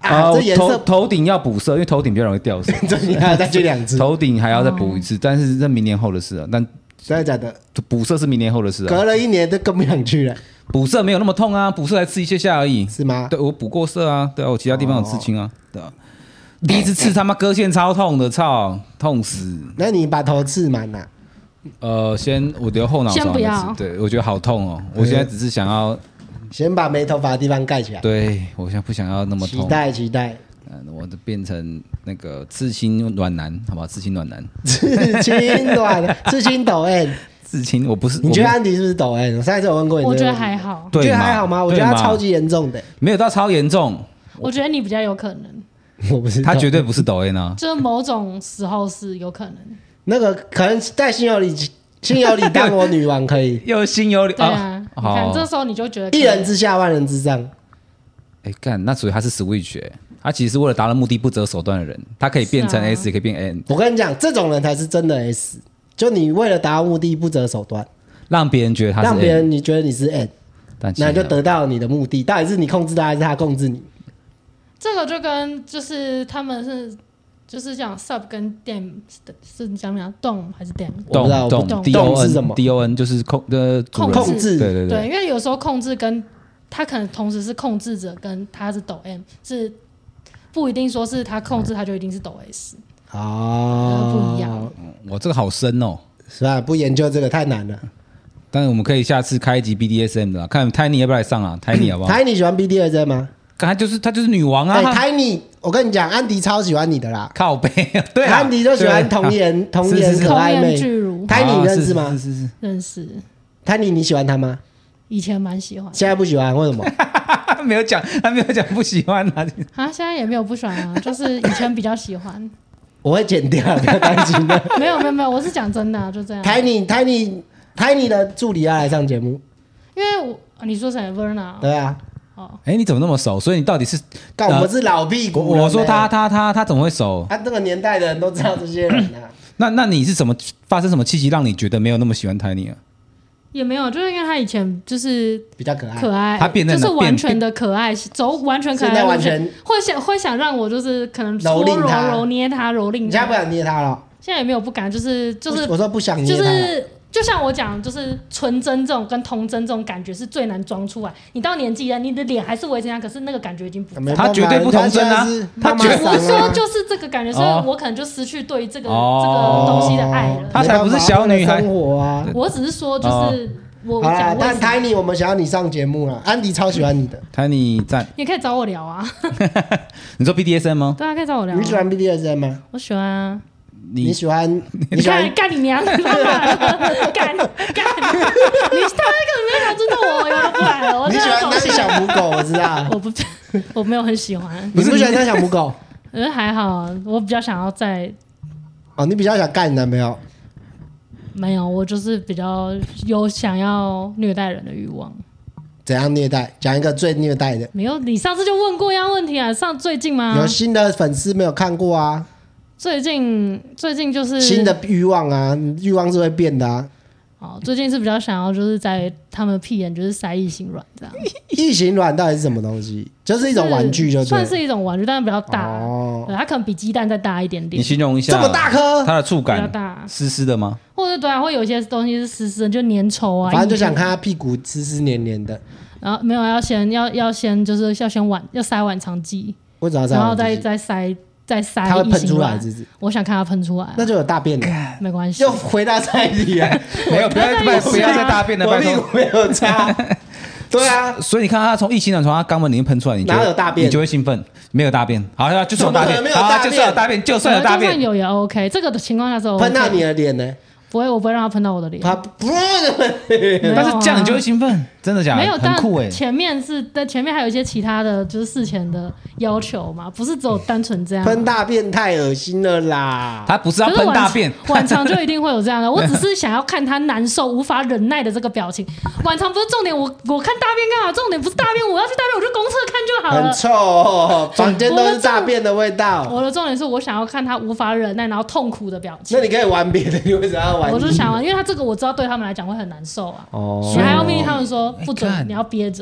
啊，这颜头色头顶要补色，因为头顶比较容易掉色。 这你还要再去两只， 头顶还要再补一次，但是这明年后的事了。但真的假的？ 补色是明年后的事啊。 隔了一年都更不想去了， 补色没有那么痛啊，补色才刺一下下而已。 是吗？ 对，我补过色啊，对啊，我其他地方有刺青啊，对啊。第一次刺他妈割线超痛的，操，痛死！ 那你把头刺满了， 呃，先我留后脑勺先不要那次，对我觉得好痛哦。我现在只是想要， 先把没头发的地方盖起来。 对我现在不想要那么痛。 期待期待， 嗯，我就变成那个刺青暖男，好不好？刺青暖男， 刺青暖，刺青抖 M。 刺青我不是， 你觉得我安迪是不是抖 M？我上一次有问过你， 我觉得还好， 你觉得对嘛还好吗？我觉得他对嘛超级严重的， 没有到超严重， 我觉得你比较有可能， 我不是他绝对不是抖 A 呢。 就是某种时候是有可能。 那个可能在心有里，心有里当我女王可以， 又心有理对啊，你看好这时候你就觉得一人之下万人之上。 哎，干，那所以他是 Switch，欸他其实是为了达到目的不择手段的人，他可以变成是啊 S，也可以变 N， 我跟你讲，这种人才是真的 S。就你为了达到目的不择手段， 让别人觉得他是 N， 让别人你觉得你是 N， 但其实那就得到你的目的。到底是你控制他，还是他控制你？ 这个就跟就是他们是就是讲 sub 跟 dam 是你讲讲 dom 还是 dam 我不知道动我不动懂 D O 动是什么 N D O N 就是控呃主人控制对对对，因为有时候控制跟他可能同时是控制者，跟他是抖 M， 是不一定说是他控制他就一定是抖 S， 哦， 不一样。 我这个好深哦。 是吧？不研究这个太难了。 但是我们可以下次开一集 B D S M 的啦，看 Tiny 要不要来上啊 ？Tiny 好不好？ 台你喜欢 B D S M 吗？ 他就是他就是女王哎， 啊！ 台你，我跟你讲，安迪超喜欢你的啦。 靠背，对啊， 安迪就喜欢童对颜童是是是颜可童颜爱妹。 巨乳台你啊认识吗是？是是是， 认识， 台你你喜欢他吗？ 以前蛮喜欢现在不喜欢，为什么？ 他没有讲，他没有讲不喜欢啊。 啊，现在也没有不喜欢啊，就是以前比较喜欢。 我会剪掉，不要担心的。 没有没有没有，我是讲真的、啊，就这样。 台你台你台你的助理要来上节目， 因为我啊你说谁 Verna？ 对啊， 哦， 哎，你怎么那么熟？所以你到底是？ 干我们是老屁我股了呢。 我说他他他他怎么会熟？ 他这个年代的人都知道这些人啊。 那那你是怎么发生什么契机让你觉得没有那么喜欢 Tiny 啊？ 也没有，就是因为他以前就是比较可爱， 可爱， 他变得就是变完全的可爱，走完全可爱现在的路线， 完全会想会想让我就是可能蹂搓揉躏他揉捏他蹂躏他你现在不，想捏他了？ 现在也没有不敢，就是就是我说不想捏就他了。 是就像我讲，就是纯真这种跟童真这种感觉是最难装出来。你到年纪了，你的脸还是维持那样，可是那个感觉已经不在。 没办法他绝对不童真啊他他绝我是说， 就就是这个感觉，所以哦我可能就失去对这个、 哦这个东西的爱了。 他才不是小女孩生活啊。 我只是说，就是、我我好啦讲，为但什么， 台你我们想要你上节目了，安迪超喜欢你的。 Tiny 赞， 你可以找我聊啊。 你说 B D S M 吗？ 对啊，可以找我聊、啊。 你喜欢 B D S M 吗？ 我喜欢啊。 你你喜欢？你你喜欢看，干你娘！他妈的，干干！你他那个没有想尊重我，我又不来了。我你喜欢当真的走心小母狗？我知道。 我不，我没有很喜欢。 你不喜欢当小母狗？ 我觉得还好，我比较想要在哦，你比较想干你男朋友？ 没有，我就是比较有想要虐待人的欲望。 怎样虐待？讲一个最虐待的。 没有，你上次就问过一样问题啊。上最近吗？ 有新的粉丝没有看过啊？ 最近最近就是新的欲望啊，欲望是会变的啊。 哦，最近是比较想要就是在他们屁眼就是塞异性卵这样， 异形卵到底是什么东西？就是一种玩具就对了， 算是一种玩具，但是比较大。 哦， 对，它可能比鸡蛋再大一点点你，形容一下这么大颗， 它的触比较感， 大， 湿湿的吗？ 或者对啊，会有一些东西是湿湿的，就粘稠啊。 反正就想硬看他屁股湿湿黏黏的。 然后没有要先要要先就是要先晚要塞晚肠剂， 为什么要这然后再样自己？ 再塞再塞它会喷异性卵出来是不是？ 我想看它喷出来啊， 那就有大便了， 没关系又。回到菜里啊！ 没有，不要不要不要再大便了， 我拜托。 屁股没有擦。对啊， 所以你看，它从异性卵从它肛门里面喷出来，你就哪有大便你就会兴奋。没有大便，好，就算有大便， 怎么可能没有好，就大便算有大便，就算有大便， 就算有也 OK，这个的情况下是 OK， 喷到你的脸呢？ 不会，我不会让它喷到我的脸。 他不， 没有啊但是这样你就会兴奋，真的假的？ 没有，但很酷哎。 前面是但前面还有一些其他的就是事前的要求嘛，不是只有单纯这样。 喷大便太恶心了啦！ 他不是要可是晚喷大便， 晚肠就一定会有这样的。我只是想要看他难受、无法忍耐的这个表情。晚肠不是重点，我我看大便干嘛？重点不是大便，我要去大便，我去公厕看就好了。 很臭哦，房间都是大便的味道。 我的重点是我想要看他无法忍耐，然后痛苦的表情那。你可以玩别的，你为什么要玩？ 我就想玩，因为他这个我知道对他们来讲会很难受啊。 哦你还要命令他们说不哎干准，你要憋着。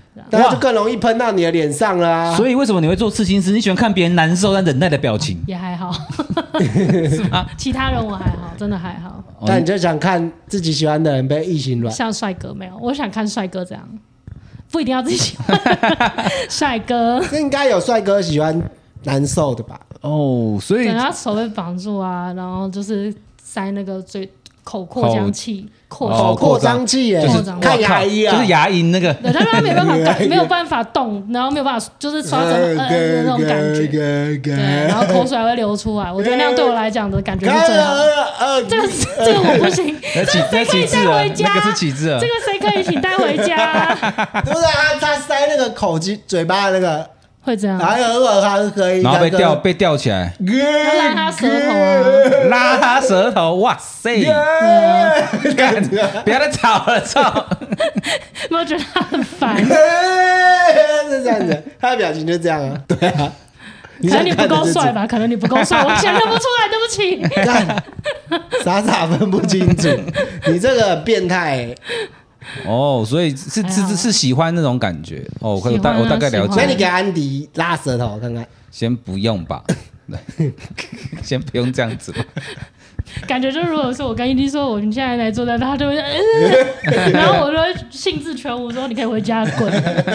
那就更容易喷到你的脸上了啊。 所以为什么你会做刺青师？你喜欢看别人难受但忍耐的表情， 也还好， 是吗？ 其他人我还好，真的还好。 但你就想看自己喜欢的人被异形软， 像帅哥没有，我想看帅哥这样，不一定要自己喜欢帅哥。 这应该有帅哥喜欢难受的吧？ 哦，所以对，他手被绑住啊，然后就是塞那个嘴口扩张器，扩口扩张器耶， 就是看牙医啊， 就是牙龈那个。 对，但是他没有办法改，没有办法动，然后没有办法就是刷成呃呃那种感觉，对，然后口水还会流出来。我觉得那样对我来讲的感觉是最好的。这个这个我不行，这个谁可以带回家？ 那个是启智了， 这个谁可以请带回家？ 对不对？他他塞那个口机嘴巴的那个。 会这样， 还有我还可以， 然后被吊被吊起来， 要拉他舌头啊， 拉他舌头，哇塞！干，不要再吵了，操！ 有没有觉得他很烦？ 是这样子，他的表情就这样啊，对啊。 可能你不够帅吧？可能你不够帅，我想认不出来，对不起。 干，傻傻分不清楚，你这个变态、欸。 哦，所以是是是是喜欢那种感觉哦，我大我大概了解。 那你给安迪拉舌头看看， 先不用吧，先不用这样子吧。 感觉就如果是我跟伊迪说我们现在来坐在他就会、呃，然后我就会兴致全无说你可以回家滚。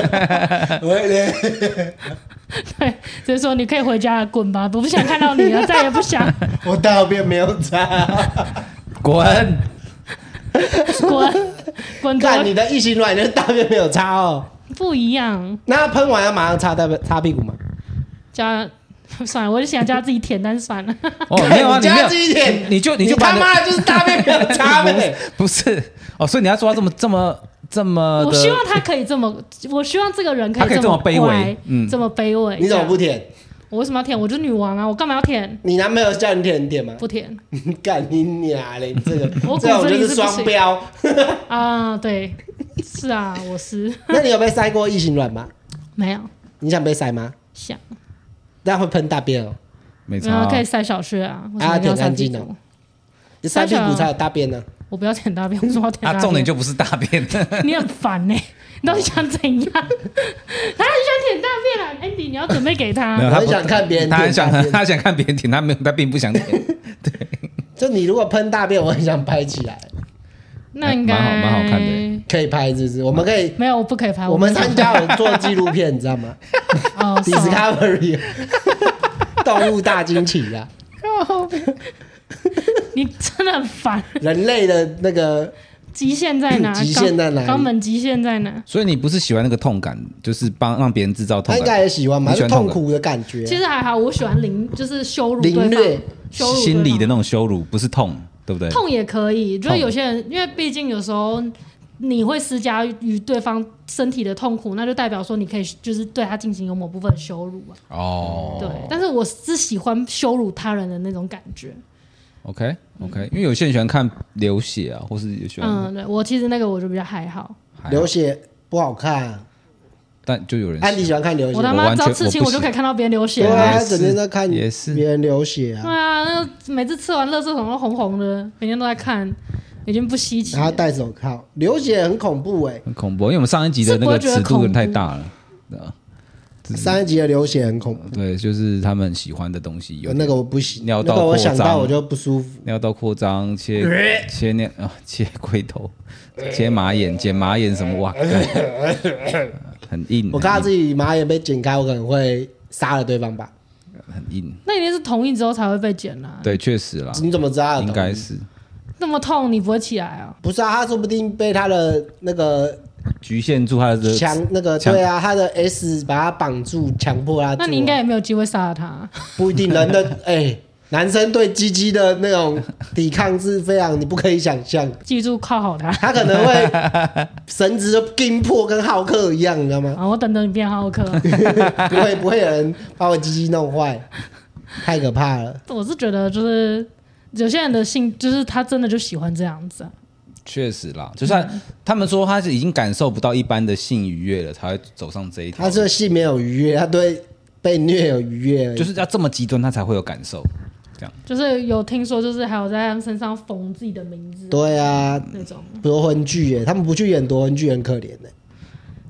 对，所以说你可以回家滚吧，我不想看到你了，再也不想。 我大便没有擦， 滚。 滚滚！ 看你的异形卵，你的大便没有擦哦， 不一样。 那喷完要马上擦大擦屁股吗？ 叫算了，我就想叫他自己舔，但是算了。 哦，没有啊，你没有自己舔， 你就你就他妈的就是大便没有擦呗。 不是哦，所以你要做到这么这么这么， 我希望他可以这么，我希望这个人可以这么卑微， 嗯，这么卑微。 你怎么不舔？ 我为什么要舔？我就是女王啊！我干嘛要舔？ 你男朋友叫你舔，你舔吗？ 不舔。 干你娘嘞！这个我这种就是双标啊！对，是啊，我是。 那你有被塞过异形卵吗？ 没有。 你想被塞吗？ 想。 那会喷大便哦。 没错、啊。 可以塞小穴啊。 啊，舔干净哦。你塞屁股才有大便呢。 我不要舔大便，我说要舔大便。 啊，重点就不是大便。 你很烦呢、欸，你到底想怎样？他很想舔大便啊 ，Andy， 你要准备给他。 我很想看别人舔， 他很想，他想看别人舔，他没有，他并不想舔。对， 就你如果喷大便，我很想拍起来。 那应该蛮好，蛮好看的， 可以拍，是不是？我们可以没有，我不可以拍。 我们参加有做纪录片，你知道吗？ 哦 ，Discovery， 动物大惊奇啊！ 你真的很烦。 人类的那个极限在哪？ 极限在哪？ 肛门极限在哪？ 所以你不是喜欢那个痛感，就是帮让别人制造痛感。 他应该也喜欢嘛，是痛苦的感觉。 其实还好，我喜欢凌，就是羞辱凌虐， 羞辱心理的那种羞辱，不是痛，对不对？ 痛也可以，就是有些人，因为毕竟有时候你会施加于对方身体的痛苦，那就代表说你可以就是对他进行有某部分的羞辱啊。 哦， 对，但是我是喜欢羞辱他人的那种感觉。 OK OK， 因为有些人喜欢看流血啊，或是有喜欢。 嗯，对我其实那个我就比较还好。 流血不好看、啊， 但就有人。 安迪喜欢看流血。 我他妈只要刺青，我就可以看到别人流血。 对啊，整天在看也是别人流血啊。 对啊，那个每次吃完垃圾桶都红红的，每天都在看，已经不稀奇。 然后戴手铐，流血很恐怖哎、欸， 很恐怖，因为我们上一集的那个尺度有点太大了。 上一集的流血很恐怖， 对，就是他们喜欢的东西有那个我不行， 尿道那个我扩张， 想到我就不舒服。 尿道扩张，切切尿啊，切龟头，切马眼，剪马眼什么哇，很硬。 我看到自己马眼被剪开，我可能会杀了对方吧。 很硬， 那一定是同意之后才会被剪啦、啊。 对，确实啦。 你怎么知道？ 应该是那么痛，你不会起来啊？ 不是啊，他说不定被他的那个。 局限住他的强那个对啊，他的 S 把他绑住，强迫他。 那你应该也没有机会杀了他。 不一定，人的哎、欸，男生对鸡鸡的那种抵抗是非常你不可以想象。 记住靠好他， 他可能会绳子就筋破，跟浩克一样，你知道吗？ 啊，我等等你变浩克。 不会不会有人把我鸡鸡弄坏，太可怕了。 我是觉得就是有些人的性，就是他真的就喜欢这样子、啊。 确实啦，就算他们说他是已经感受不到一般的性愉悦了，才会走上这一条。 他这性没有愉悦，他对被虐有愉悦， 就是要这么极端，他才会有感受。这样就是有听说，就是还有在他们身上缝自己的名字。 对啊， 那种夺魂剧耶，他们不去演夺魂剧很可怜的。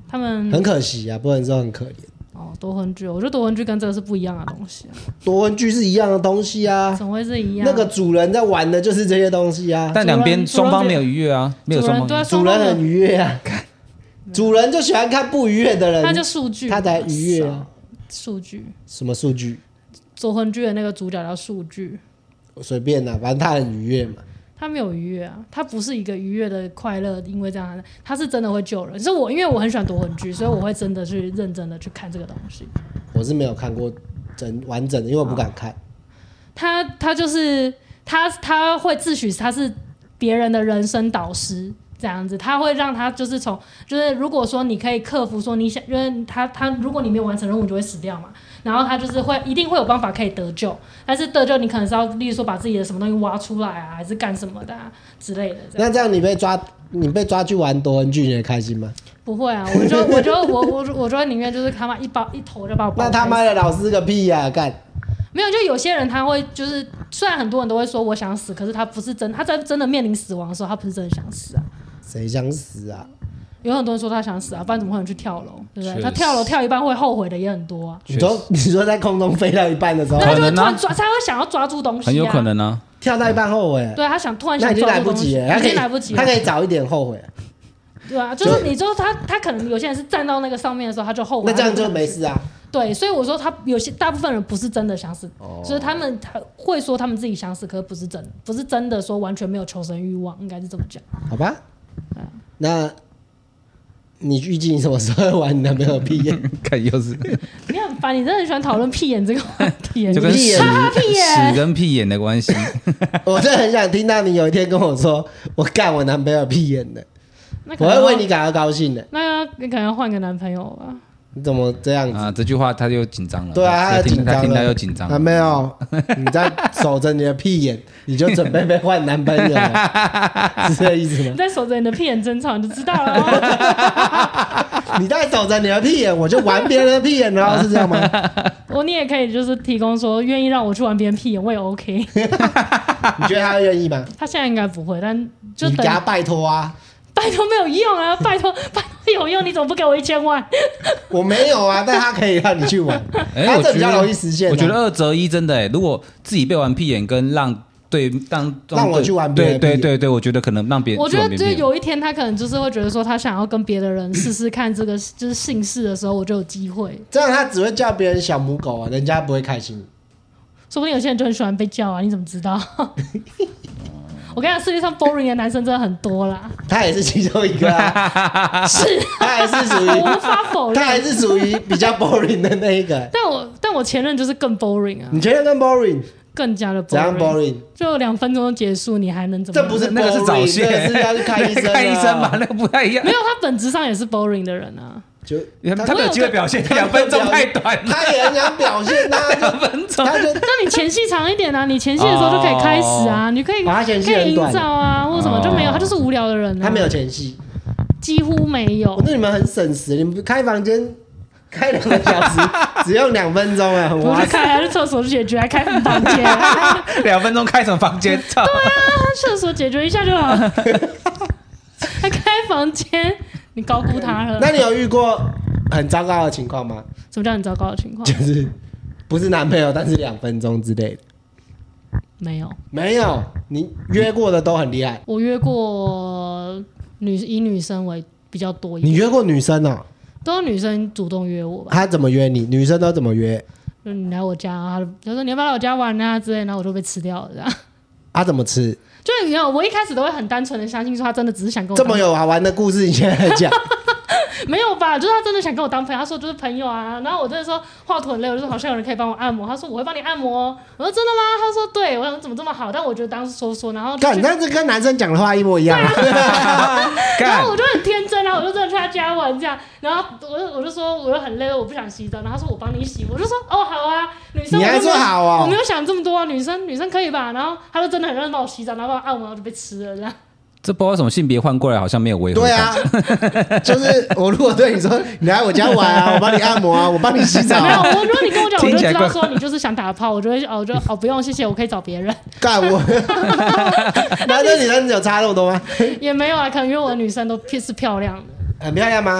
他们很可惜啊，不能说很可怜。 哦，夺魂锯，我觉得夺魂锯跟这个是不一样的东西啊。 夺魂锯是一样的东西啊， 怎么会是一样？ 那个主人在玩的就是这些东西啊， 但两边双方没有愉悦啊，没有双方。 对啊， 主人很愉悦啊，主人就喜欢看不愉悦的人， 他就数据， 他才愉悦啊。 数据什么数据？ 夺魂锯的那个主角叫数据， 随便啦，反正他很愉悦嘛。 他没有愉悦啊，他不是一个愉悦的快乐，因为这样，他是真的会救人。是我，因为我很喜欢夺魂锯，所以我会真的去认真的去看这个东西。 我是没有看过整完整的，因为我不敢看。 他他就是他他会自诩他是别人的人生导师。这样子，他会让他就是从，就是如果说你可以克服说你想，因为他他如果你没有完成任务，你就会死掉嘛。然后他就是会一定会有办法可以得救，但是得救你可能是要，例如说把自己的什么东西挖出来啊，还是干什么的啊之类的。这那这样你被抓，你被抓去玩夺魂锯，你会开心吗？ 不会啊，我就我就我我我就会宁愿就是他妈一包一头就把我包。 那他妈的老师个屁呀、啊，干！ 没有，就有些人他会就是，虽然很多人都会说我想死，可是他不是真，他在真的面临死亡的时候，他不是真的想死啊。 谁想死啊？ 有很多人说他想死啊，不然怎么会有人去跳楼？对不对？他跳楼跳一半会后悔的也很多啊。 你说你说在空中飞到一半的时候， 那他就会突然抓，他会想要抓住东西、啊， 很有可能啊。 跳到一半后悔， 对他想突然想那已经来不抓住东西， 及了， 已经来不及了， 他可以早一点后悔。 对啊，就是你说他他可能有些人是站到那个上面的时候他就后悔， 那这样就没事啊。 对，所以我说他有些大部分人不是真的想死， 哦、 就是他们会说他们自己想死，可是不是真的，不是真的说完全没有求生欲望，应该是这么讲。 好吧，那你预计你什么时候会玩你男朋友屁眼？ 看又是你很烦，你真的很喜欢讨论屁眼这个话题， 就跟屁眼屁眼屎跟屁眼的关系。 我真的很想听到你有一天跟我说，我干我男朋友屁眼的，我那可能会为你感到高兴的。 那你可能要换个男朋友吧。 你怎么这样子啊？这句话他就紧张了。 对啊，他紧张了， 他听他又紧张了。 啊，没有，你在守着你的屁眼，你就准备被换男朋友了，是这个意思吗？ 你在守着你的屁眼争吵，你就知道了、哦。 你在守着你的屁眼，我就玩别人的屁眼了，是这样吗？ 我你也可以就是提供说，愿意让我去玩别人屁眼，我也 OK。 你觉得他愿意吗？ 他现在应该不会，但就你等给他拜托啊！ 拜托没有用啊！拜托拜托有用，你怎么不给我一千万？ 我没有啊，但他可以让你去玩， 哎、 他我觉得这比较容易实现、啊。 我觉得二择一真的哎，如果自己被玩屁眼跟让对让让我去玩别人对的屁眼对对对，我觉得可能让别人我觉得就去玩别人屁眼有一天他可能就是会觉得说，他想要跟别的人试试看这个就是姓氏的时候，我就有机会。 这样他只会叫别人小母狗啊，人家不会开心。 说不定有些人就很喜欢被叫啊，你怎么知道？我跟你讲，世界上 boring 的男生真的很多啦。 他也是其中一个啊， 是， 他还是属于我无法否认， 他还是属于比较 boring 的那一个。 但我但我前任就是更 boring 啊， 你觉得更 boring？ 更加的 boring。 怎样 boring？ 就两分钟就结束，你还能怎么样？ 这不是 boring, 那个是早泄， 这个是要去看医生、啊， 看医生吧，那个不太一样。 没有，他本质上也是 boring 的人啊。 就他没有机会表现，两分钟太短了。 他也很想表现啊， 两分钟， 他就那你前戏长一点啊，你前戏的时候就可以开始啊， 哦你可以、 哦他前戏可以营很短造啊，或者什么、 哦就没有，他就是无聊的人、啊。 他没有前戏， 几乎没有我。对你们很省时，你们开房间开两个小时，只用两分钟啊，很我划算。 就开还是厕所解决，还开房间。 两分钟开什么房间？操！ 对啊，厕所解决一下就好。还开房间，你高估他了。 那你有遇过很糟糕的情况吗？ 什么叫很糟糕的情况？ 就是不是男朋友，但是两分钟之类的。 没有， 没有，你约过的都很厉害。 我约过女以女生为比较多一点， 你约过女生哦？ 都是女生主动约我吧。 她怎么约你？女生都怎么约？ 就你来我家，然后他说你要不要来我家玩啊之类，然后我就被吃掉了这样。 她怎么吃？ 就是你知道，我一开始都会很单纯的相信说他真的只是想跟我这当么有好玩的故事，你现在讲？ 没有吧？就是他真的想跟我当朋友，他说就是朋友啊。然后我真的说画图很累，我就说好像有人可以帮我按摩，他说我会帮你按摩。我说真的吗？他说对。我想怎么这么好？但我觉得当时说说，然后就干， 去但是跟男生讲的话一模一样啊。 然后我就很天真啊，我就真的去他家玩这样。然后我就我就说我又很累，我不想洗澡。然后他说我帮你洗，我就说哦好啊，女生你还说好哦我没有想这么多啊，女生女生可以吧？然后他就真的很认真帮我洗澡，然后帮我按摩，然后就被吃了这样。 这不知道为什么性别换过来好像没有违和对感。 啊，就是我如果对你说你来我家玩啊，我帮你按摩啊，我帮你洗澡没有， 啊， 我如果你跟我讲，我就知道听起来怪说你就是想打炮，我就会哦，我就哦不用谢谢，我可以找别人。 干我。男生女生有差那么多吗？ 也没有啊，可能因为我的女生都是漂亮的， 很漂亮吗？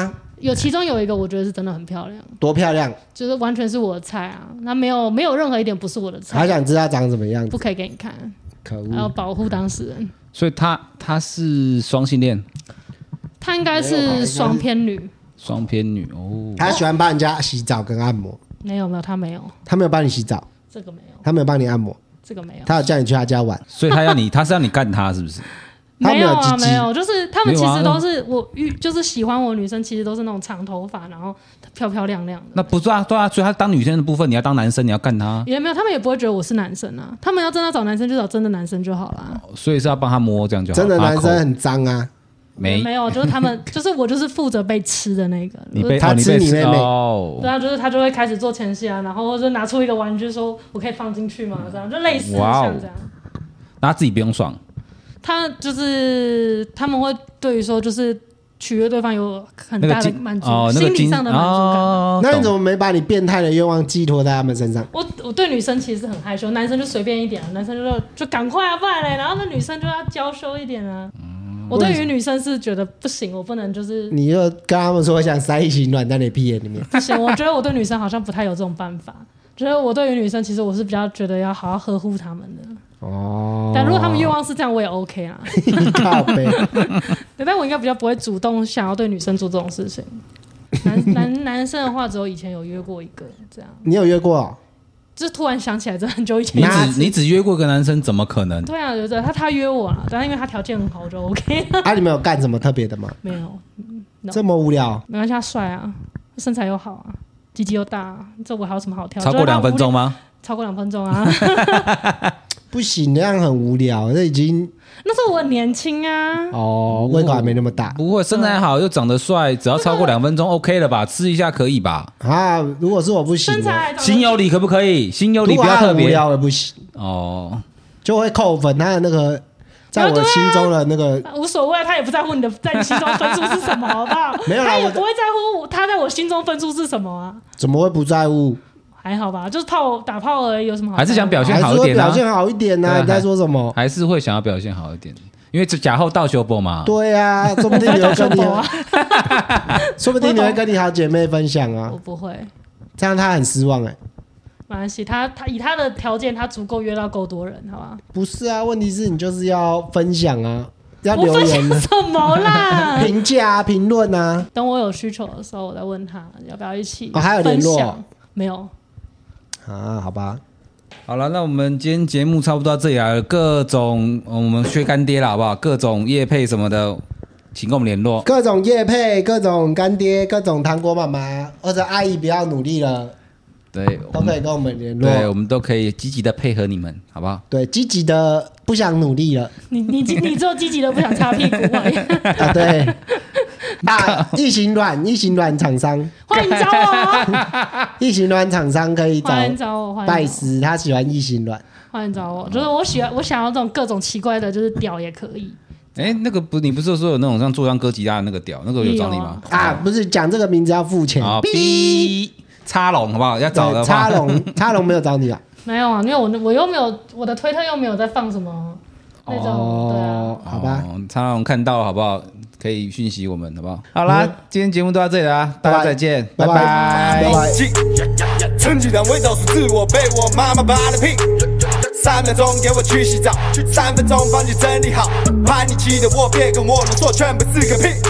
有其中有一个我觉得是真的很漂亮， 多漂亮， 就是完全是我的菜啊，那没有没有任何一点不是我的菜， 还想知道长什么样子， 不可以给你看， 可还要恶。 保护当事人。 所以他他是双性恋， 她应该是双偏女， 双偏女哦。 他喜欢帮人家洗澡跟按摩， 没有没有，她没有， 他没有帮你洗澡， 这个没有， 他没有帮你按摩， 这个没有， 他有叫你去他家玩， 所以他要你，他是要你干他是不是？ 他没有没有啊， 鸡鸡没有，就是他们其没有啊实都是我遇，就是喜欢我的女生，其实都是那种长头发，然后漂漂亮亮的。 那不是啊，对啊，所以他当女生的部分，你要当男生，你要干他， 也没有，他们也不会觉得我是男生啊。他们要真的要找男生，就找真的男生就好啦。 所以是要帮他摸这样就好。 真的男帮他抠生很脏啊， 没没有，就是他们，就是我就是负责被吃的那个。 你被他哦你被吃你妹妹哦对啊，就是他就会开始做前戏啊，然后就拿出一个玩具说：“我可以放进去吗？”这样就类似哇哦像这样。 那他自己不用爽。 他就是他们会对于说，就是取悦对方有很大的那个精满足， 哦，那个精心理上的满足感。 哦那你怎懂么没把你变态的愿望寄托在他们身上？ 我我对女生其实很害羞，男生就随便一点啊，男生就说就赶快啊，不然嘞，然后那女生就要娇羞一点啊。我对于女生是觉得不行，我不能就是你就跟他们说想塞一型卵在你屁眼里面， 不行。我觉得我对女生好像不太有这种办法。觉得我对于女生，其实我是比较觉得要好好呵护她们的。 哦， 但如果他们愿望是这样，我也 OK 啊。 靠背， 对，但我应该比较不会主动想要对女生做这种事情。男男男生的话，只有以前有约过一个这样， 你有约过哦？ 就是突然想起来，真的很久以前你有一次。 只你只约过一个男生，怎么可能？ 对啊，对对，他他约我了，但因为他条件很好，我就 OK 了。 啊，你们有干什么特别的吗？ 没有，嗯，no 这么无聊？ 没关系，他帅啊，身材又好啊，鸡鸡又大啊，这我还有什么好挑？ 超过两分钟吗？ 吗？ 超过两分钟啊， 不行，那样很无聊，这已经那时候我很年轻啊。 哦，胃口还没那么大不会，身材好又长得帅，只要超过两分钟 OK 了吧？吃一下可以吧？ 啊。如果是我不行的， 身材长得心有理可不可以？心有如果理不要特别他很无聊的不行， 哦。 就会扣分。他的那个在我心中的那个无所谓，他也不在乎你的在你心中分数是什么，好不好？ 没有啦我他也不会在乎他在我心中分数是什么啊。 怎么会不在乎？ 还好吧，就是炮打炮而已，有什么好在乎？ 还是想表现还是会好一点啊表现好一点呐、 对啊你在说什么？ 还是会想要表现好一点，因为这假后到修波嘛。 对啊，说不定你会跟你， 啊， 说不定你会跟你好姐妹分享啊我，不会， 这样她很失望哎、 没关系，他他以他的条件，他足够约到够多人，好吧？ 不是啊，问题是你就是要分享啊，要留我分享言啊什么啦？ 评价啊、评论啊。 等我有需求的时候，我再问他要不要一起哦还有联络分享没有？ 啊，好吧， 好了，那我们今天节目差不多到这里了，各种呃我们薛干爹了，好不好？各种业配什么的，请跟我们联络。 各种业配，各种干爹，各种糖果妈妈或者阿姨不要努力了， 对， 都可以跟我们联络。 对，我们都可以积极的配合你们，好不好？ 对，积极的不想努力了你你你只有积极的不想擦屁股而已。 啊，对啊，异形卵，异形卵厂商， 欢迎找我， 异形卵厂商可以找欢迎找我，欢迎找我拜师，他喜欢异形卵。 欢迎找我。就是我喜欢，我想要这种各种奇怪的，就是屌也可以。 哎，那个不，你不是说有那种像做像哥吉拉的那个屌，那个有找你吗？ 啊，不是讲这个名字要付钱啊， 哔哔，插龙好不好？要找的对， 话， 插龙，插龙没有找你啊？ 没有啊，因为我我又没有我的推特又没有在放什么那种，对啊。 哦，好吧， 哦，插龙看到了好不好？可以讯息我们好不好？好啦，今天节目就到这里啦，大家再见，拜拜拜拜拜。 成绩单位都是自我，被我妈妈把的拼。三秒钟给我去洗澡，三分钟房间整理好。叛逆期的我别跟我啰嗦，全部是个屁。